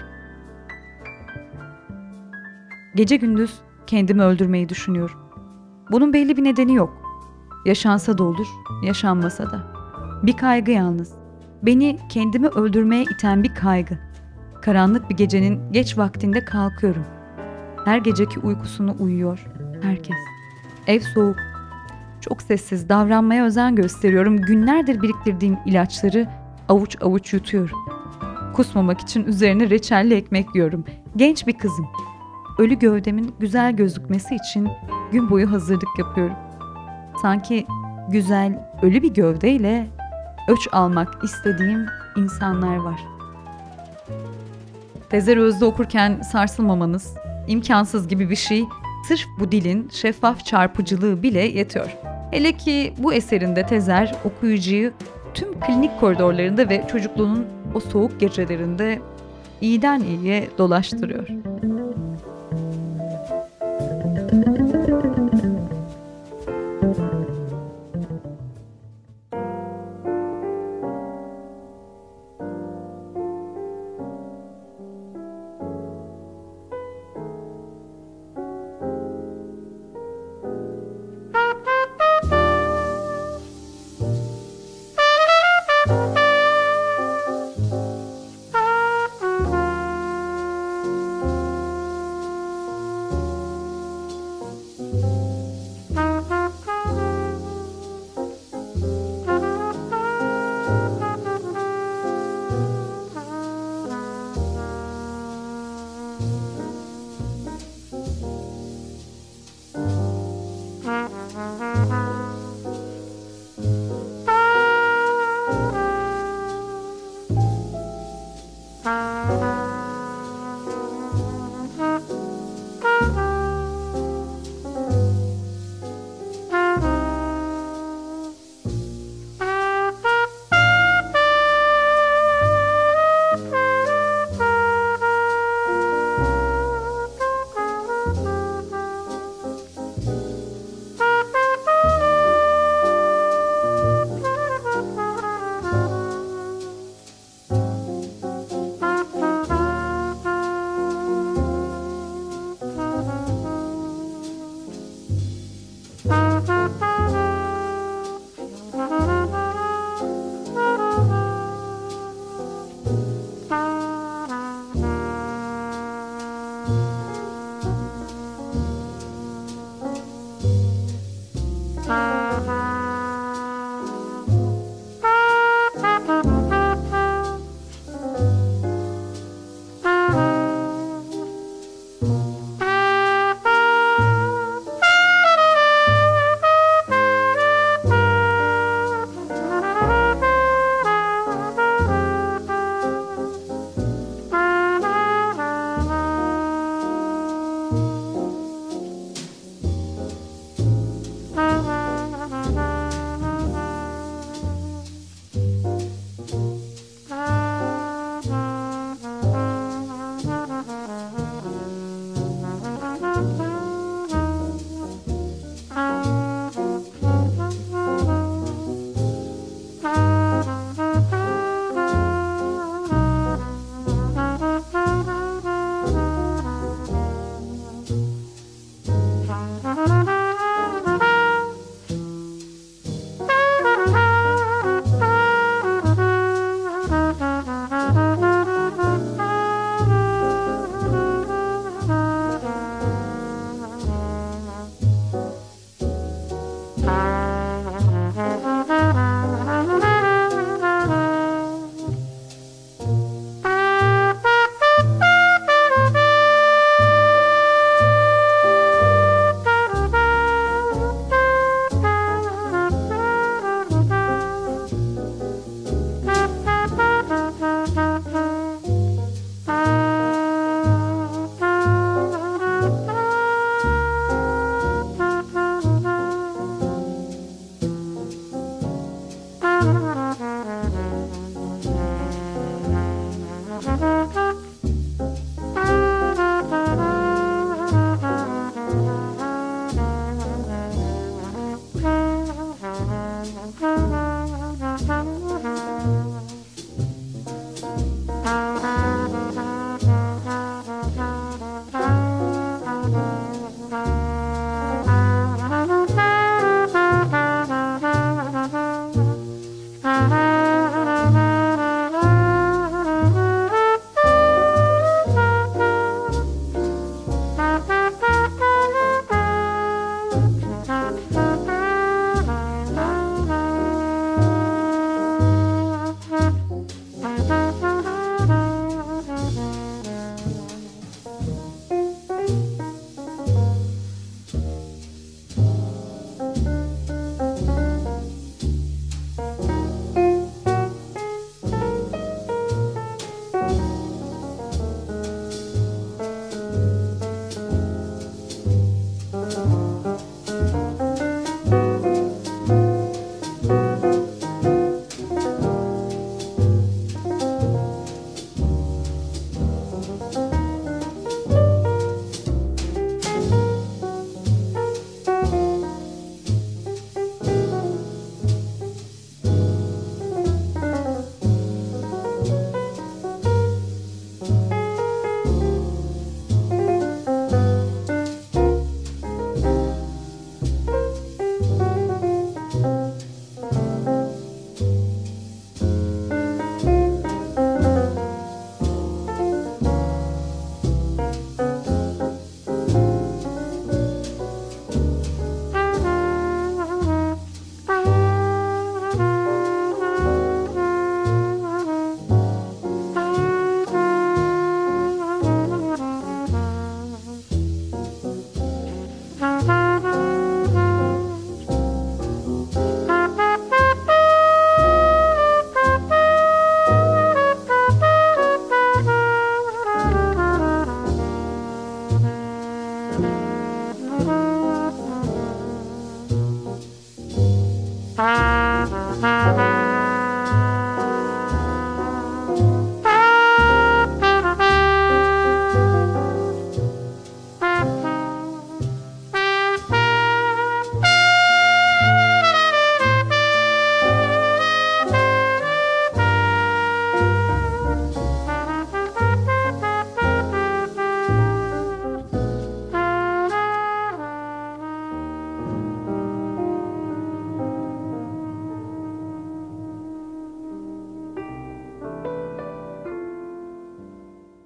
Gece gündüz kendimi öldürmeyi düşünüyorum. Bunun belli bir nedeni yok. Yaşansa da olur, yaşanmasa da. Bir kaygı yalnız. Beni kendimi öldürmeye iten bir kaygı. Karanlık bir gecenin geç vaktinde kalkıyorum. Her geceki uykusunu uyuyor herkes. Ev soğuk. Çok sessiz davranmaya özen gösteriyorum. Günlerdir biriktirdiğim ilaçları avuç avuç yutuyorum. Kusmamak için üzerine reçelli ekmek yiyorum. Genç bir kızım. Ölü gövdemin güzel gözükmesi için gün boyu hazırlık yapıyorum. Sanki güzel, ölü bir gövdeyle öç almak istediğim insanlar var. Tezer Özlü okurken sarsılmamanız imkansız gibi bir şey, sırf bu dilin şeffaf çarpıcılığı bile yetiyor. Hele ki bu eserinde Tezer okuyucuyu tüm klinik koridorlarında ve çocukluğunun o soğuk gecelerinde iyiden iyiye dolaştırıyor.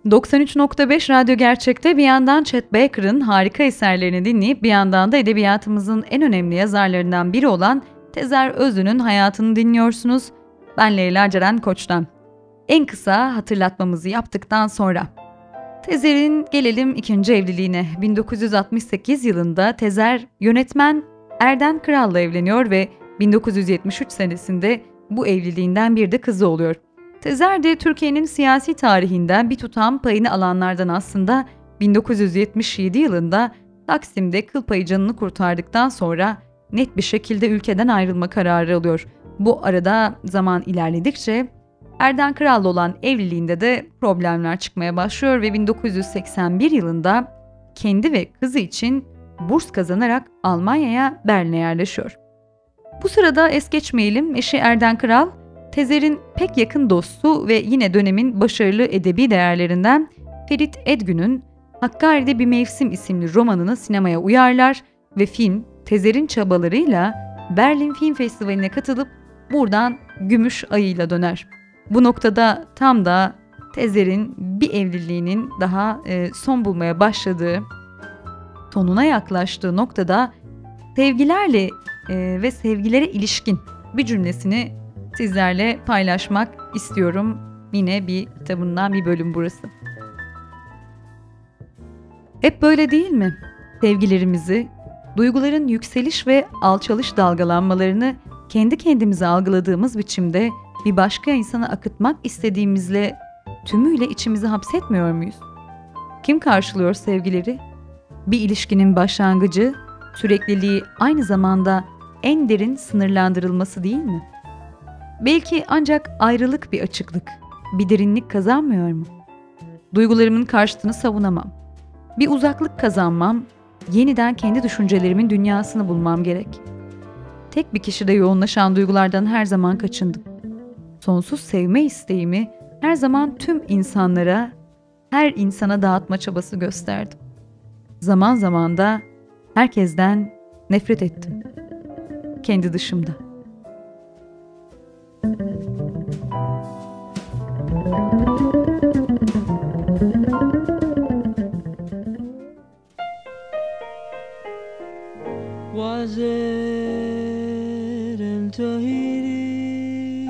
doksan üç nokta beş Radyo Gerçek'te bir yandan Chet Baker'ın harika eserlerini dinleyip bir yandan da edebiyatımızın en önemli yazarlarından biri olan Tezer Özlü'nün hayatını dinliyorsunuz. Ben Leyla Ceren Koç'tan. En kısa hatırlatmamızı yaptıktan sonra Tezer'in gelelim ikinci evliliğine. bin dokuz yüz altmış sekiz yılında Tezer yönetmen Erden Kral'la evleniyor ve bin dokuz yüz yetmiş üç senesinde bu evliliğinden bir de kızı oluyor. Tezer de Türkiye'nin siyasi tarihinden bir tutam payını alanlardan aslında bin dokuz yüz yetmiş yedi yılında Taksim'de kıl payı canını kurtardıktan sonra net bir şekilde ülkeden ayrılma kararı alıyor. Bu arada zaman ilerledikçe Erden Kral'la olan evliliğinde de problemler çıkmaya başlıyor ve bin dokuz yüz seksen bir yılında kendi ve kızı için burs kazanarak Almanya'ya Berlin'e yerleşiyor. Bu sırada es geçmeyelim, eşi Erden Kral, Tezer'in pek yakın dostu ve yine dönemin başarılı edebi değerlerinden Ferit Edgün'ün Hakkari'de Bir Mevsim isimli romanını sinemaya uyarlar ve film Tezer'in çabalarıyla Berlin Film Festivali'ne katılıp buradan gümüş ayıyla döner. Bu noktada tam da Tezer'in bir evliliğinin daha e, son bulmaya başladığı, sonuna yaklaştığı noktada sevgilerle e, ve sevgilere ilişkin bir cümlesini sizlerle paylaşmak istiyorum. Yine bir kitabından bir bölüm burası. Hep böyle değil mi? Sevgilerimizi, duyguların yükseliş ve alçalış dalgalanmalarını kendi kendimize algıladığımız biçimde bir başka insana akıtmak istediğimizle tümüyle içimizi hapsetmiyor muyuz? Kim karşılıyor sevgileri? Bir ilişkinin başlangıcı, sürekliliği aynı zamanda en derin sınırlandırılması değil mi? Belki ancak ayrılık bir açıklık, bir derinlik kazanmıyor mu? Duygularımın karşıtını savunamam. Bir uzaklık kazanmam, yeniden kendi düşüncelerimin dünyasını bulmam gerek. Tek bir kişide yoğunlaşan duygulardan her zaman kaçındım. Sonsuz sevme isteğimi her zaman tüm insanlara, her insana dağıtma çabası gösterdim. Zaman zaman da herkesten nefret ettim. Kendi dışımda. Was it in Tahiti?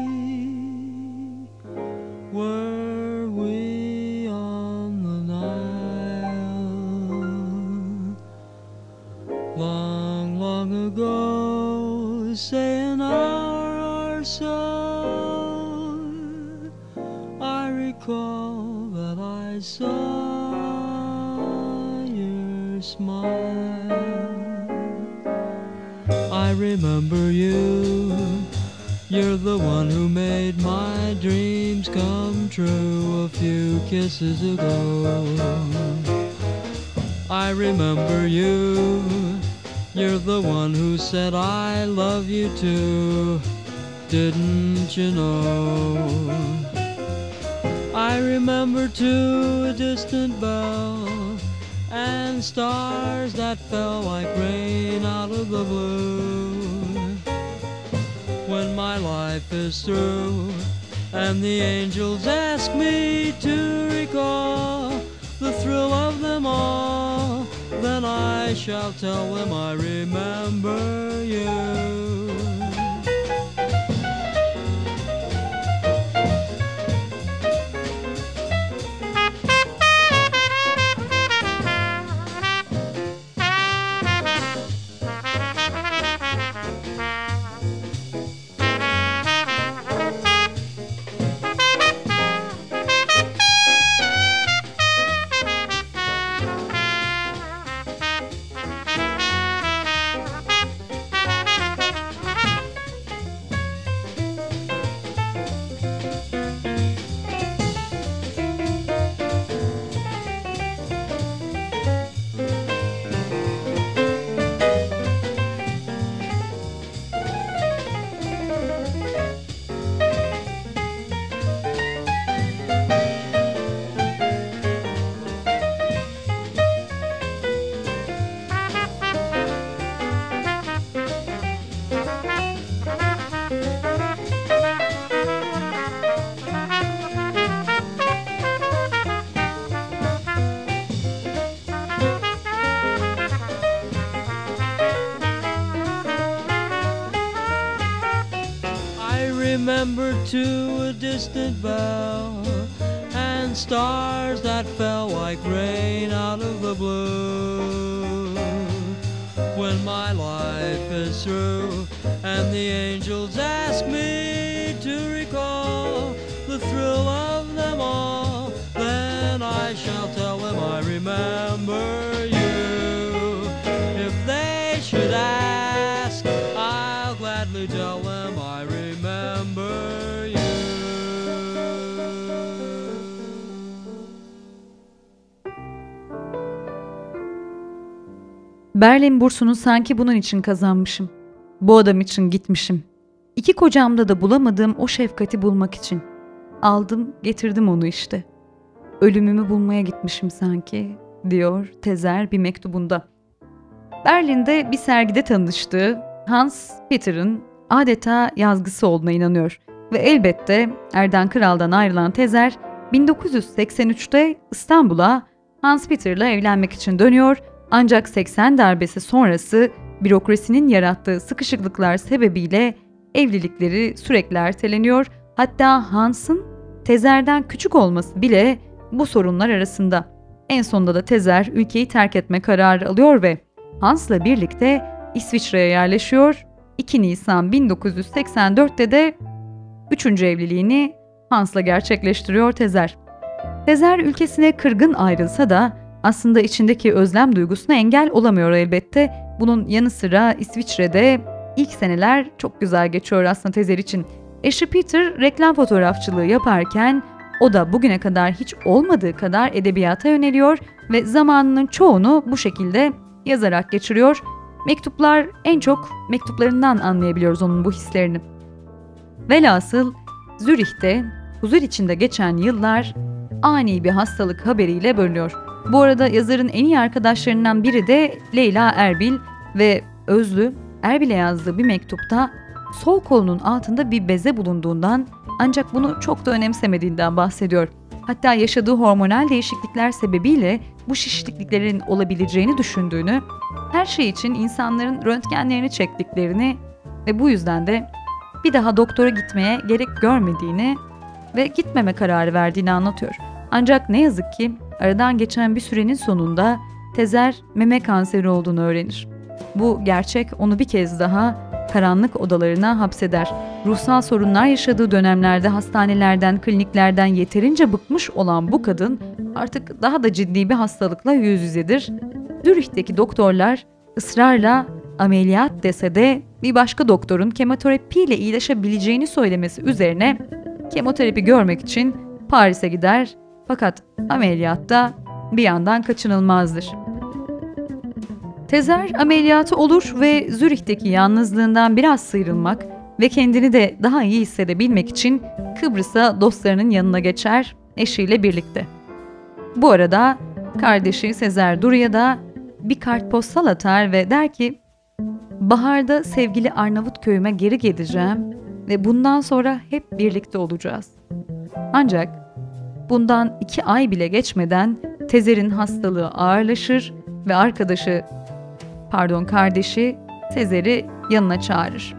Were we on the Nile? Long, long ago, say an hour or so, I recall that I saw your smile. I remember you, you're the one who made my dreams come true a few kisses ago. I remember you, you're the one who said I love you too, didn't you know? I remember too a distant bell and stars that fell like rain out of the blue. When my life is through and the angels ask me to recall the thrill of them all, then I shall tell them I remember you. remember too a distant bell and stars that fell like rain out of the blue. When my life is through and the angels ask me to recall the thrill of them all, then I shall tell them I remember you. If they should ask, I'll gladly tell them I remember you. Berlin bursunu sanki bunun için kazanmışım. Bu adam için gitmişim. İki kocamda da bulamadığım o şefkati bulmak için. Aldım, getirdim onu işte. Ölümümü bulmaya gitmişim sanki, diyor Tezer bir mektubunda. Berlin'de bir sergide tanıştığı Hans Peter'ın adeta yazgısı olduğuna inanıyor. Ve elbette Erden Kral'dan ayrılan Tezer bin dokuz yüz seksen üçte İstanbul'a Hans Peter'la evlenmek için dönüyor. Ancak seksen darbesi sonrası bürokrasinin yarattığı sıkışıklıklar sebebiyle evlilikleri sürekli erteleniyor. Hatta Hans'ın Tezer'den küçük olması bile bu sorunlar arasında. En sonunda da Tezer ülkeyi terk etme kararı alıyor ve Hans'la birlikte İsviçre'ye yerleşiyor. iki Nisan bin dokuz yüz seksen dörtte de üçüncü evliliğini Hans'la gerçekleştiriyor Tezer. Tezer ülkesine kırgın ayrılsa da aslında içindeki özlem duygusuna engel olamıyor elbette. Bunun yanı sıra İsviçre'de ilk seneler çok güzel geçiyor aslında Tezer için. Eşi Peter reklam fotoğrafçılığı yaparken o da bugüne kadar hiç olmadığı kadar edebiyata yöneliyor ve zamanının çoğunu bu şekilde yazarak geçiriyor. Mektuplar, en çok mektuplarından anlayabiliyoruz onun bu hislerini. Velhasıl Zürih'te huzur içinde geçen yıllar ani bir hastalık haberiyle bölünüyor. Bu arada yazarın en iyi arkadaşlarından biri de Leyla Erbil ve Özlü, Erbil'e yazdığı bir mektupta sol kolunun altında bir beze bulunduğundan ancak bunu çok da önemsemediğinden bahsediyor. Hatta yaşadığı hormonal değişiklikler sebebiyle bu şişliklerin olabileceğini düşündüğünü, her şey için insanların röntgenlerini çektiklerini ve bu yüzden de bir daha doktora gitmeye gerek görmediğini ve gitmeme kararı verdiğini anlatıyor. Ancak ne yazık ki aradan geçen bir sürenin sonunda Tezer meme kanseri olduğunu öğrenir. Bu gerçek onu bir kez daha karanlık odalarına hapseder. Ruhsal sorunlar yaşadığı dönemlerde hastanelerden, kliniklerden yeterince bıkmış olan bu kadın artık daha da ciddi bir hastalıkla yüz yüzedir. Zürih'teki doktorlar ısrarla ameliyat dese de bir başka doktorun kemoterapiyle iyileşebileceğini söylemesi üzerine kemoterapi görmek için Paris'e gider. Fakat ameliyatta bir yandan kaçınılmazdır. Tezer ameliyatı olur ve Zürih'teki yalnızlığından biraz sıyrılmak ve kendini de daha iyi hissedebilmek için Kıbrıs'a dostlarının yanına geçer eşiyle birlikte. Bu arada kardeşi Sezer Duru'ya da bir kartpostal atar ve der ki, "Baharda sevgili Arnavutköy'üme geri geleceğim ve bundan sonra hep birlikte olacağız." Ancak bundan iki ay bile geçmeden Tezer'in hastalığı ağırlaşır ve arkadaşı, pardon kardeşi Sezer'i yanına çağırır.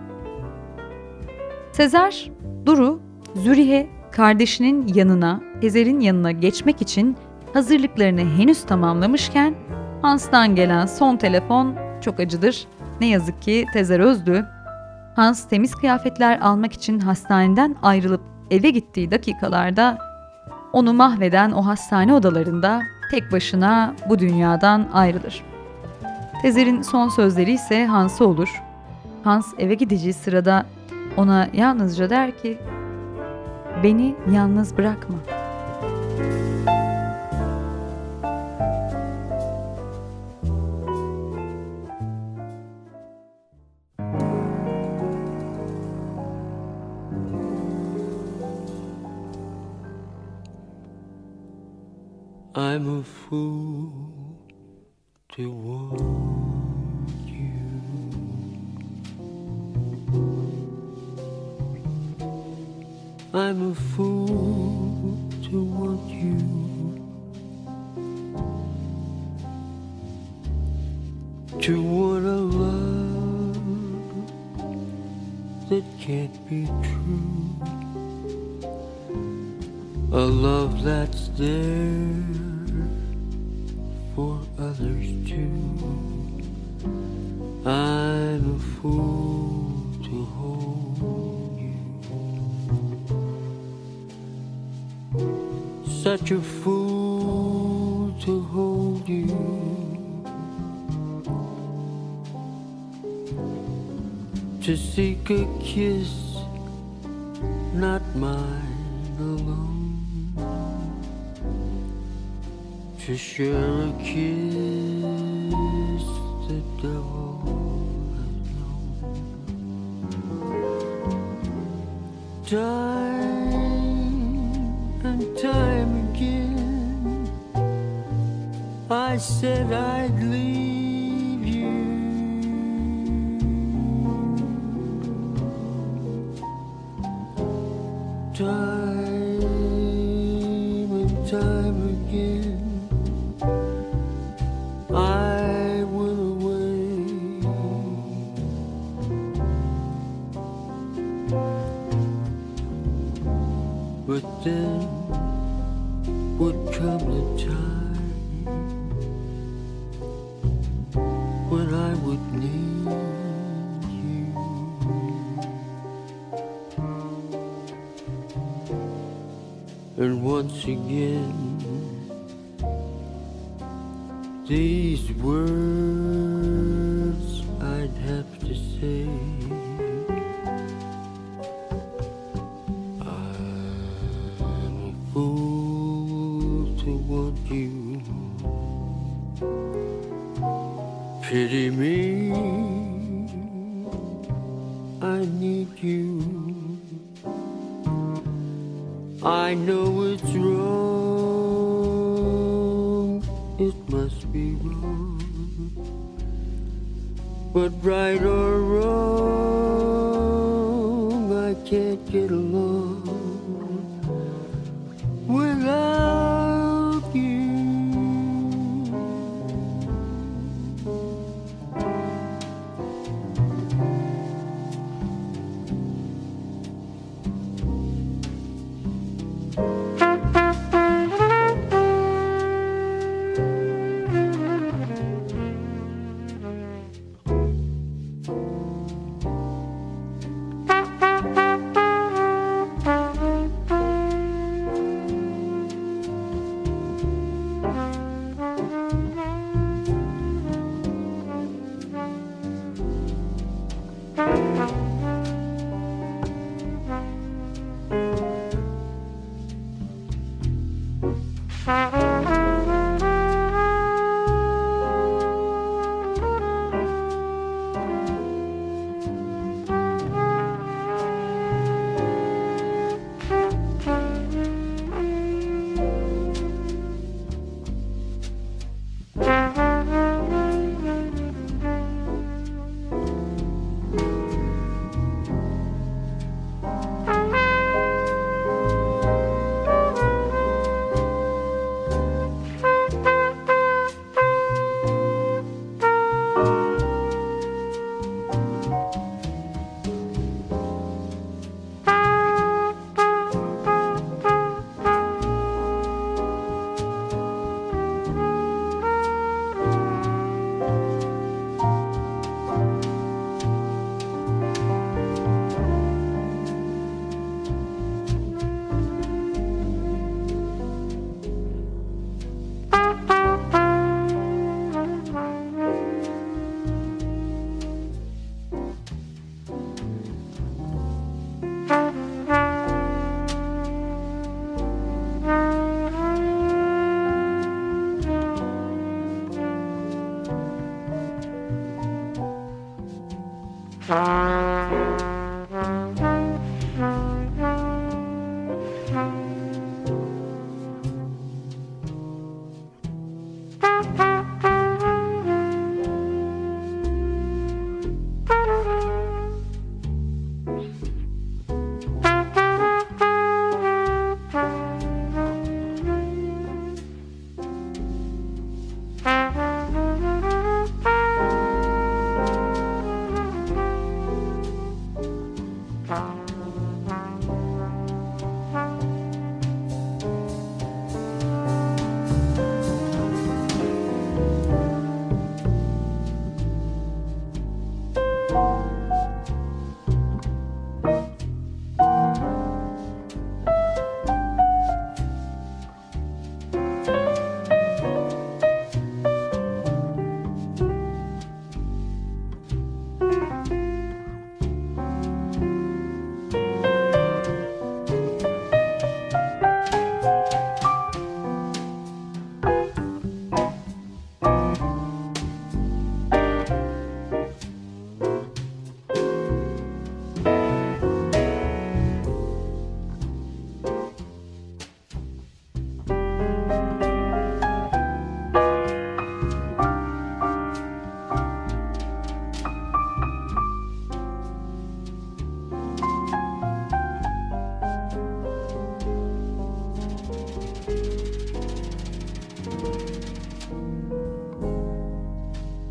Sezer, Duru, Zürih'e kardeşinin yanına, Tezer'in yanına geçmek için hazırlıklarını henüz tamamlamışken Hans'tan gelen son telefon çok acıdır. Ne yazık ki Tezer öldü. Hans temiz kıyafetler almak için hastaneden ayrılıp eve gittiği dakikalarda onu mahveden o hastane odalarında tek başına bu dünyadan ayrılır. Tezer'in son sözleri ise Hans'a olur. Hans eve gideceği sırada ona yalnızca der ki, "Beni yalnız bırakma." I'm a fool to want you. I'm a fool to want you. To want a love that can't be true, a love that's there for others too. I'm a fool to hold you, such a fool to hold you. To seek a kiss, not mine alone. To share a kiss the devil has known. Time and time again I said I'd leave you. Time and time again I went away, but then would come the time when I would need you. And once again these words I'd have to say. I'm a fool to want you. Pity me, I need you. I know it's wrong, it must be wrong, but right or wrong, I can't get along without you.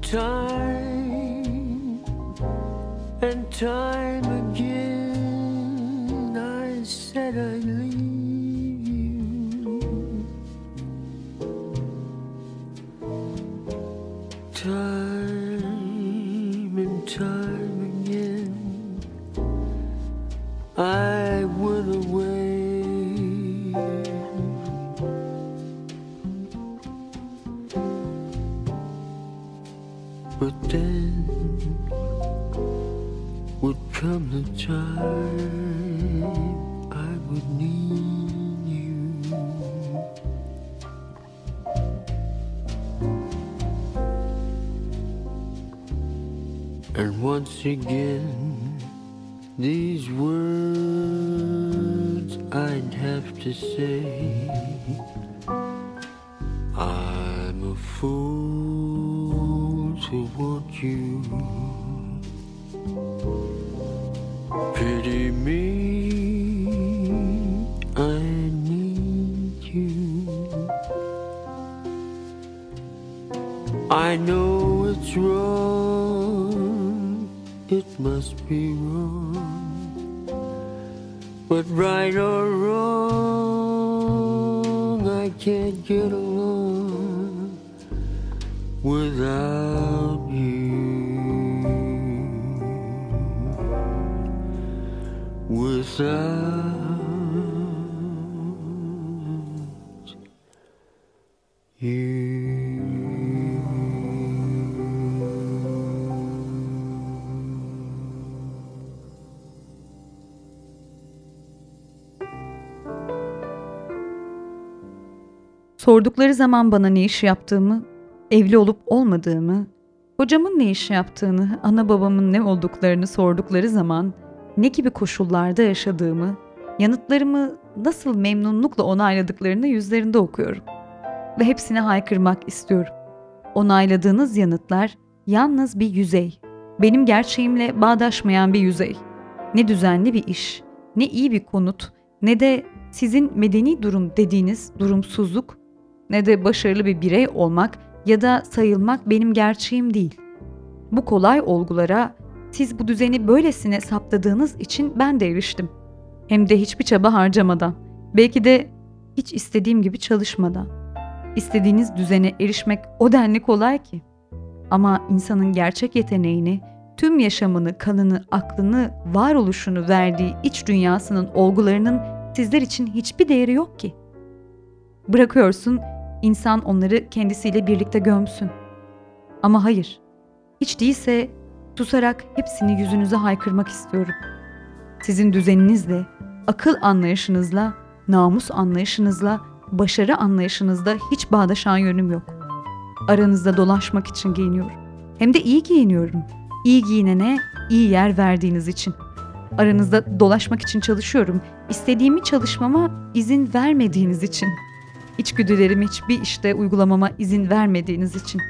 time and time again I said I'd leave you. Time and time again I went away. But then would come the time I would need you. And once again these words I'd have to say. I'm a fool to want you. Pity me, I need you. I know it's wrong, it must be wrong, but right or wrong, I can't get along without you. Without you. Sordukları zaman bana ne iş yaptığımı, evli olup olmadığımı, kocamın ne iş yaptığını, ana babamın ne olduklarını sordukları zaman ne gibi koşullarda yaşadığımı, yanıtlarımı nasıl memnunlukla onayladıklarını yüzlerinde okuyorum. Ve hepsine haykırmak istiyorum. Onayladığınız yanıtlar yalnız bir yüzey. Benim gerçeğimle bağdaşmayan bir yüzey. Ne düzenli bir iş, ne iyi bir konut, ne de sizin medeni durum dediğiniz durumsuzluk, ne de başarılı bir birey olmak ya da sayılmak benim gerçeğim değil. Bu kolay olgulara siz bu düzeni böylesine saptadığınız için ben de eriştim. Hem de hiçbir çaba harcamadan, belki de hiç istediğim gibi çalışmadan. İstediğiniz düzene erişmek o denli kolay ki. Ama insanın gerçek yeteneğini, tüm yaşamını, kanını, aklını, varoluşunu verdiği iç dünyasının olgularının sizler için hiçbir değeri yok ki. Bırakıyorsun, insan onları kendisiyle birlikte gömsün. Ama hayır, hiç değilse susarak hepsini yüzünüze haykırmak istiyorum. Sizin düzeninizle, akıl anlayışınızla, namus anlayışınızla, başarı anlayışınızda hiç bağdaşan yönüm yok. Aranızda dolaşmak için giyiniyorum. Hem de iyi giyiniyorum. İyi giyinene iyi yer verdiğiniz için. Aranızda dolaşmak için çalışıyorum. İstediğimi çalışmama izin vermediğiniz için. İçgüdülerimi hiçbir işte uygulamama izin vermediğiniz için.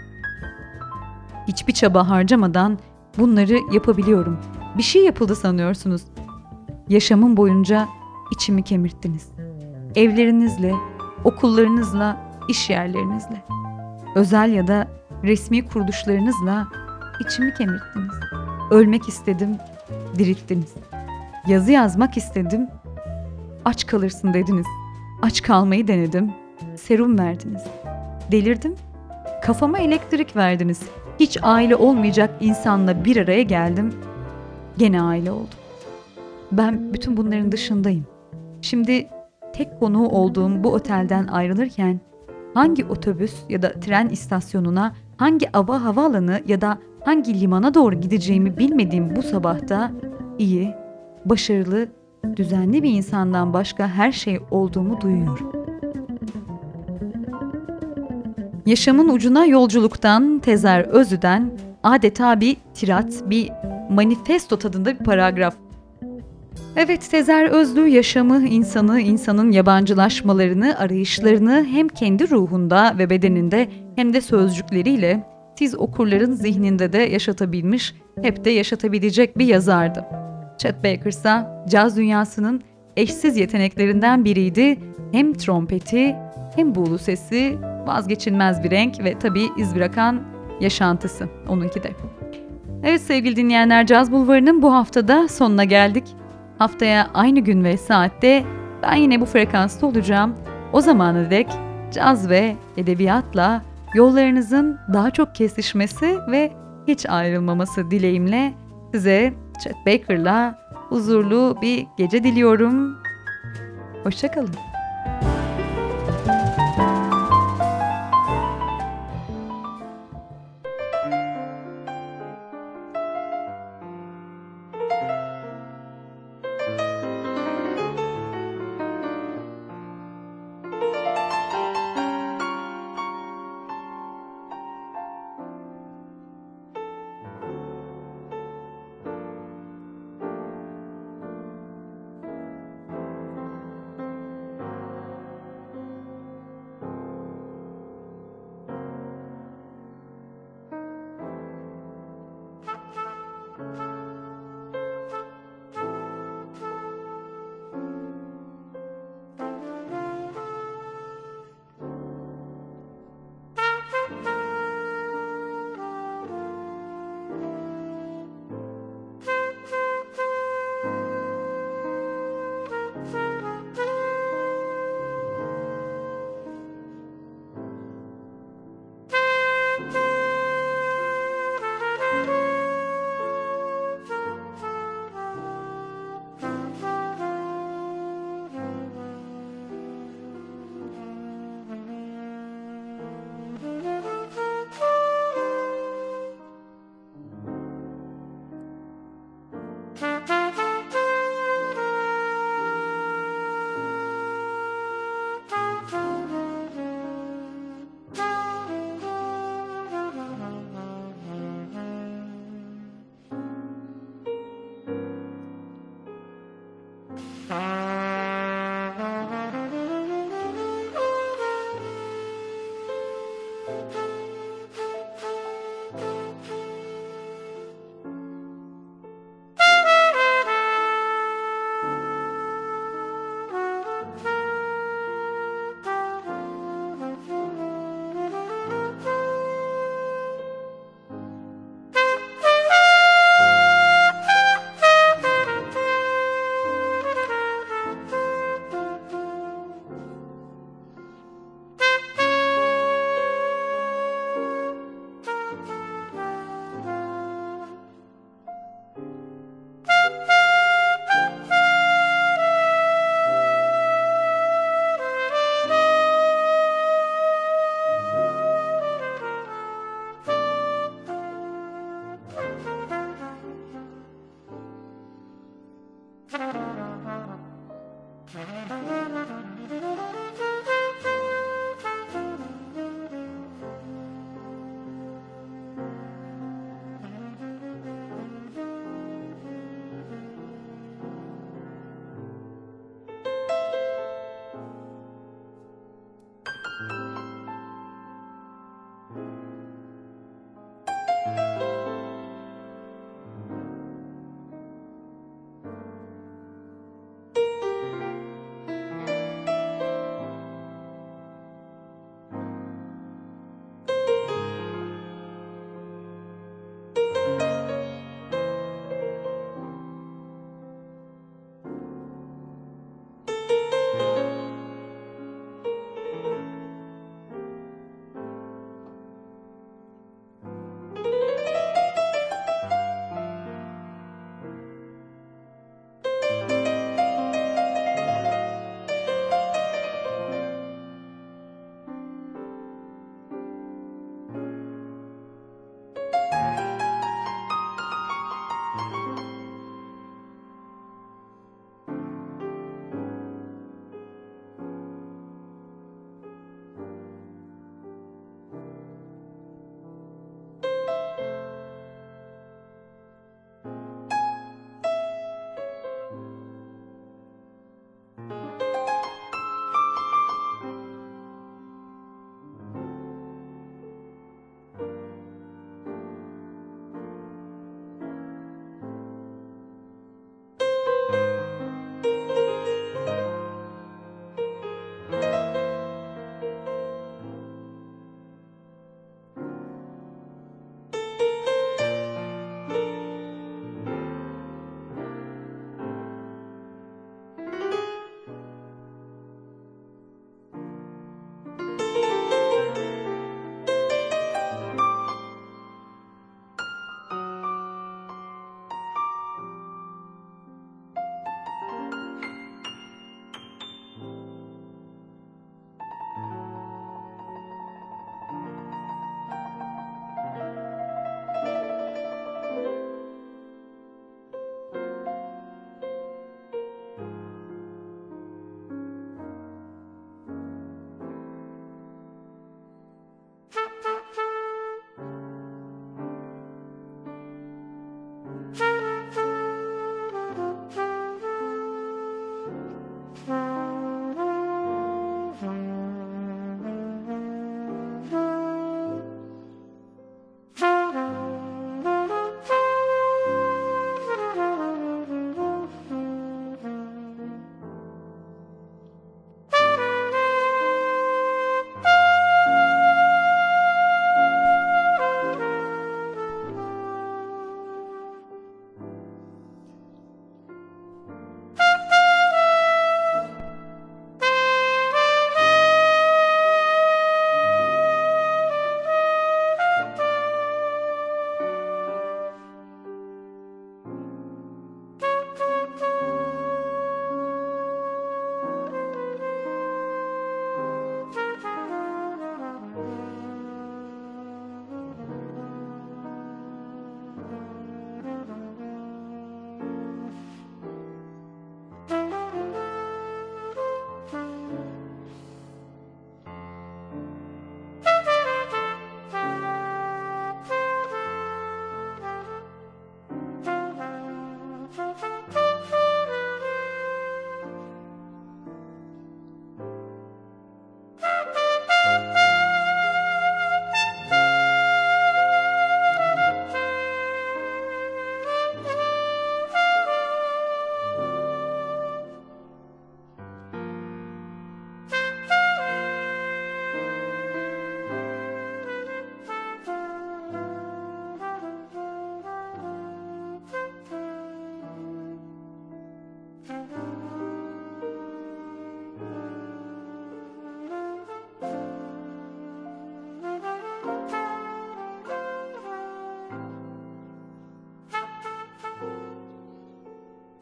Hiçbir çaba harcamadan bunları yapabiliyorum. Bir şey yapıldı sanıyorsunuz. Yaşamım boyunca içimi kemirttiniz. Evlerinizle, okullarınızla, iş yerlerinizle. Özel ya da resmi kuruluşlarınızla içimi kemirttiniz. Ölmek istedim, dirilttiniz. Yazı yazmak istedim, aç kalırsın dediniz. Aç kalmayı denedim, serum verdiniz. Delirdim, kafama elektrik verdiniz. Hiç aile olmayacak insanla bir araya geldim, gene aile oldum. Ben bütün bunların dışındayım. Şimdi tek konuğu olduğum bu otelden ayrılırken hangi otobüs ya da tren istasyonuna, hangi hava havaalanı ya da hangi limana doğru gideceğimi bilmediğim bu sabahta iyi, başarılı, düzenli bir insandan başka her şey olduğumu duyuyorum. Yaşamın ucuna yolculuktan Tezer Özlü'den adeta bir tirat, bir manifesto tadında bir paragraf. Evet, Tezer Özlü yaşamı, insanı, insanın yabancılaşmalarını, arayışlarını hem kendi ruhunda ve bedeninde hem de sözcükleriyle siz okurların zihninde de yaşatabilmiş, hep de yaşatabilecek bir yazardı. Chet Baker ise caz dünyasının eşsiz yeteneklerinden biriydi. Hem trompeti hem buğulu sesi vazgeçilmez bir renk ve tabii iz bırakan yaşantısı onunki de. Evet sevgili dinleyenler, Caz Bulvarı'nın bu haftada sonuna geldik. Haftaya aynı gün ve saatte ben yine bu frekansta olacağım. O zamana dek caz ve edebiyatla yollarınızın daha çok kesişmesi ve hiç ayrılmaması dileğimle size Chet Baker'la huzurlu bir gece diliyorum. Hoşça kalın.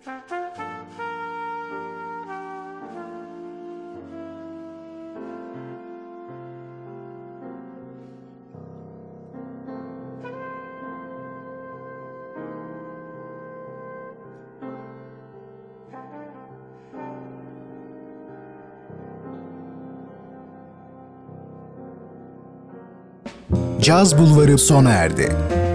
Caz Bulvarı sona erdi.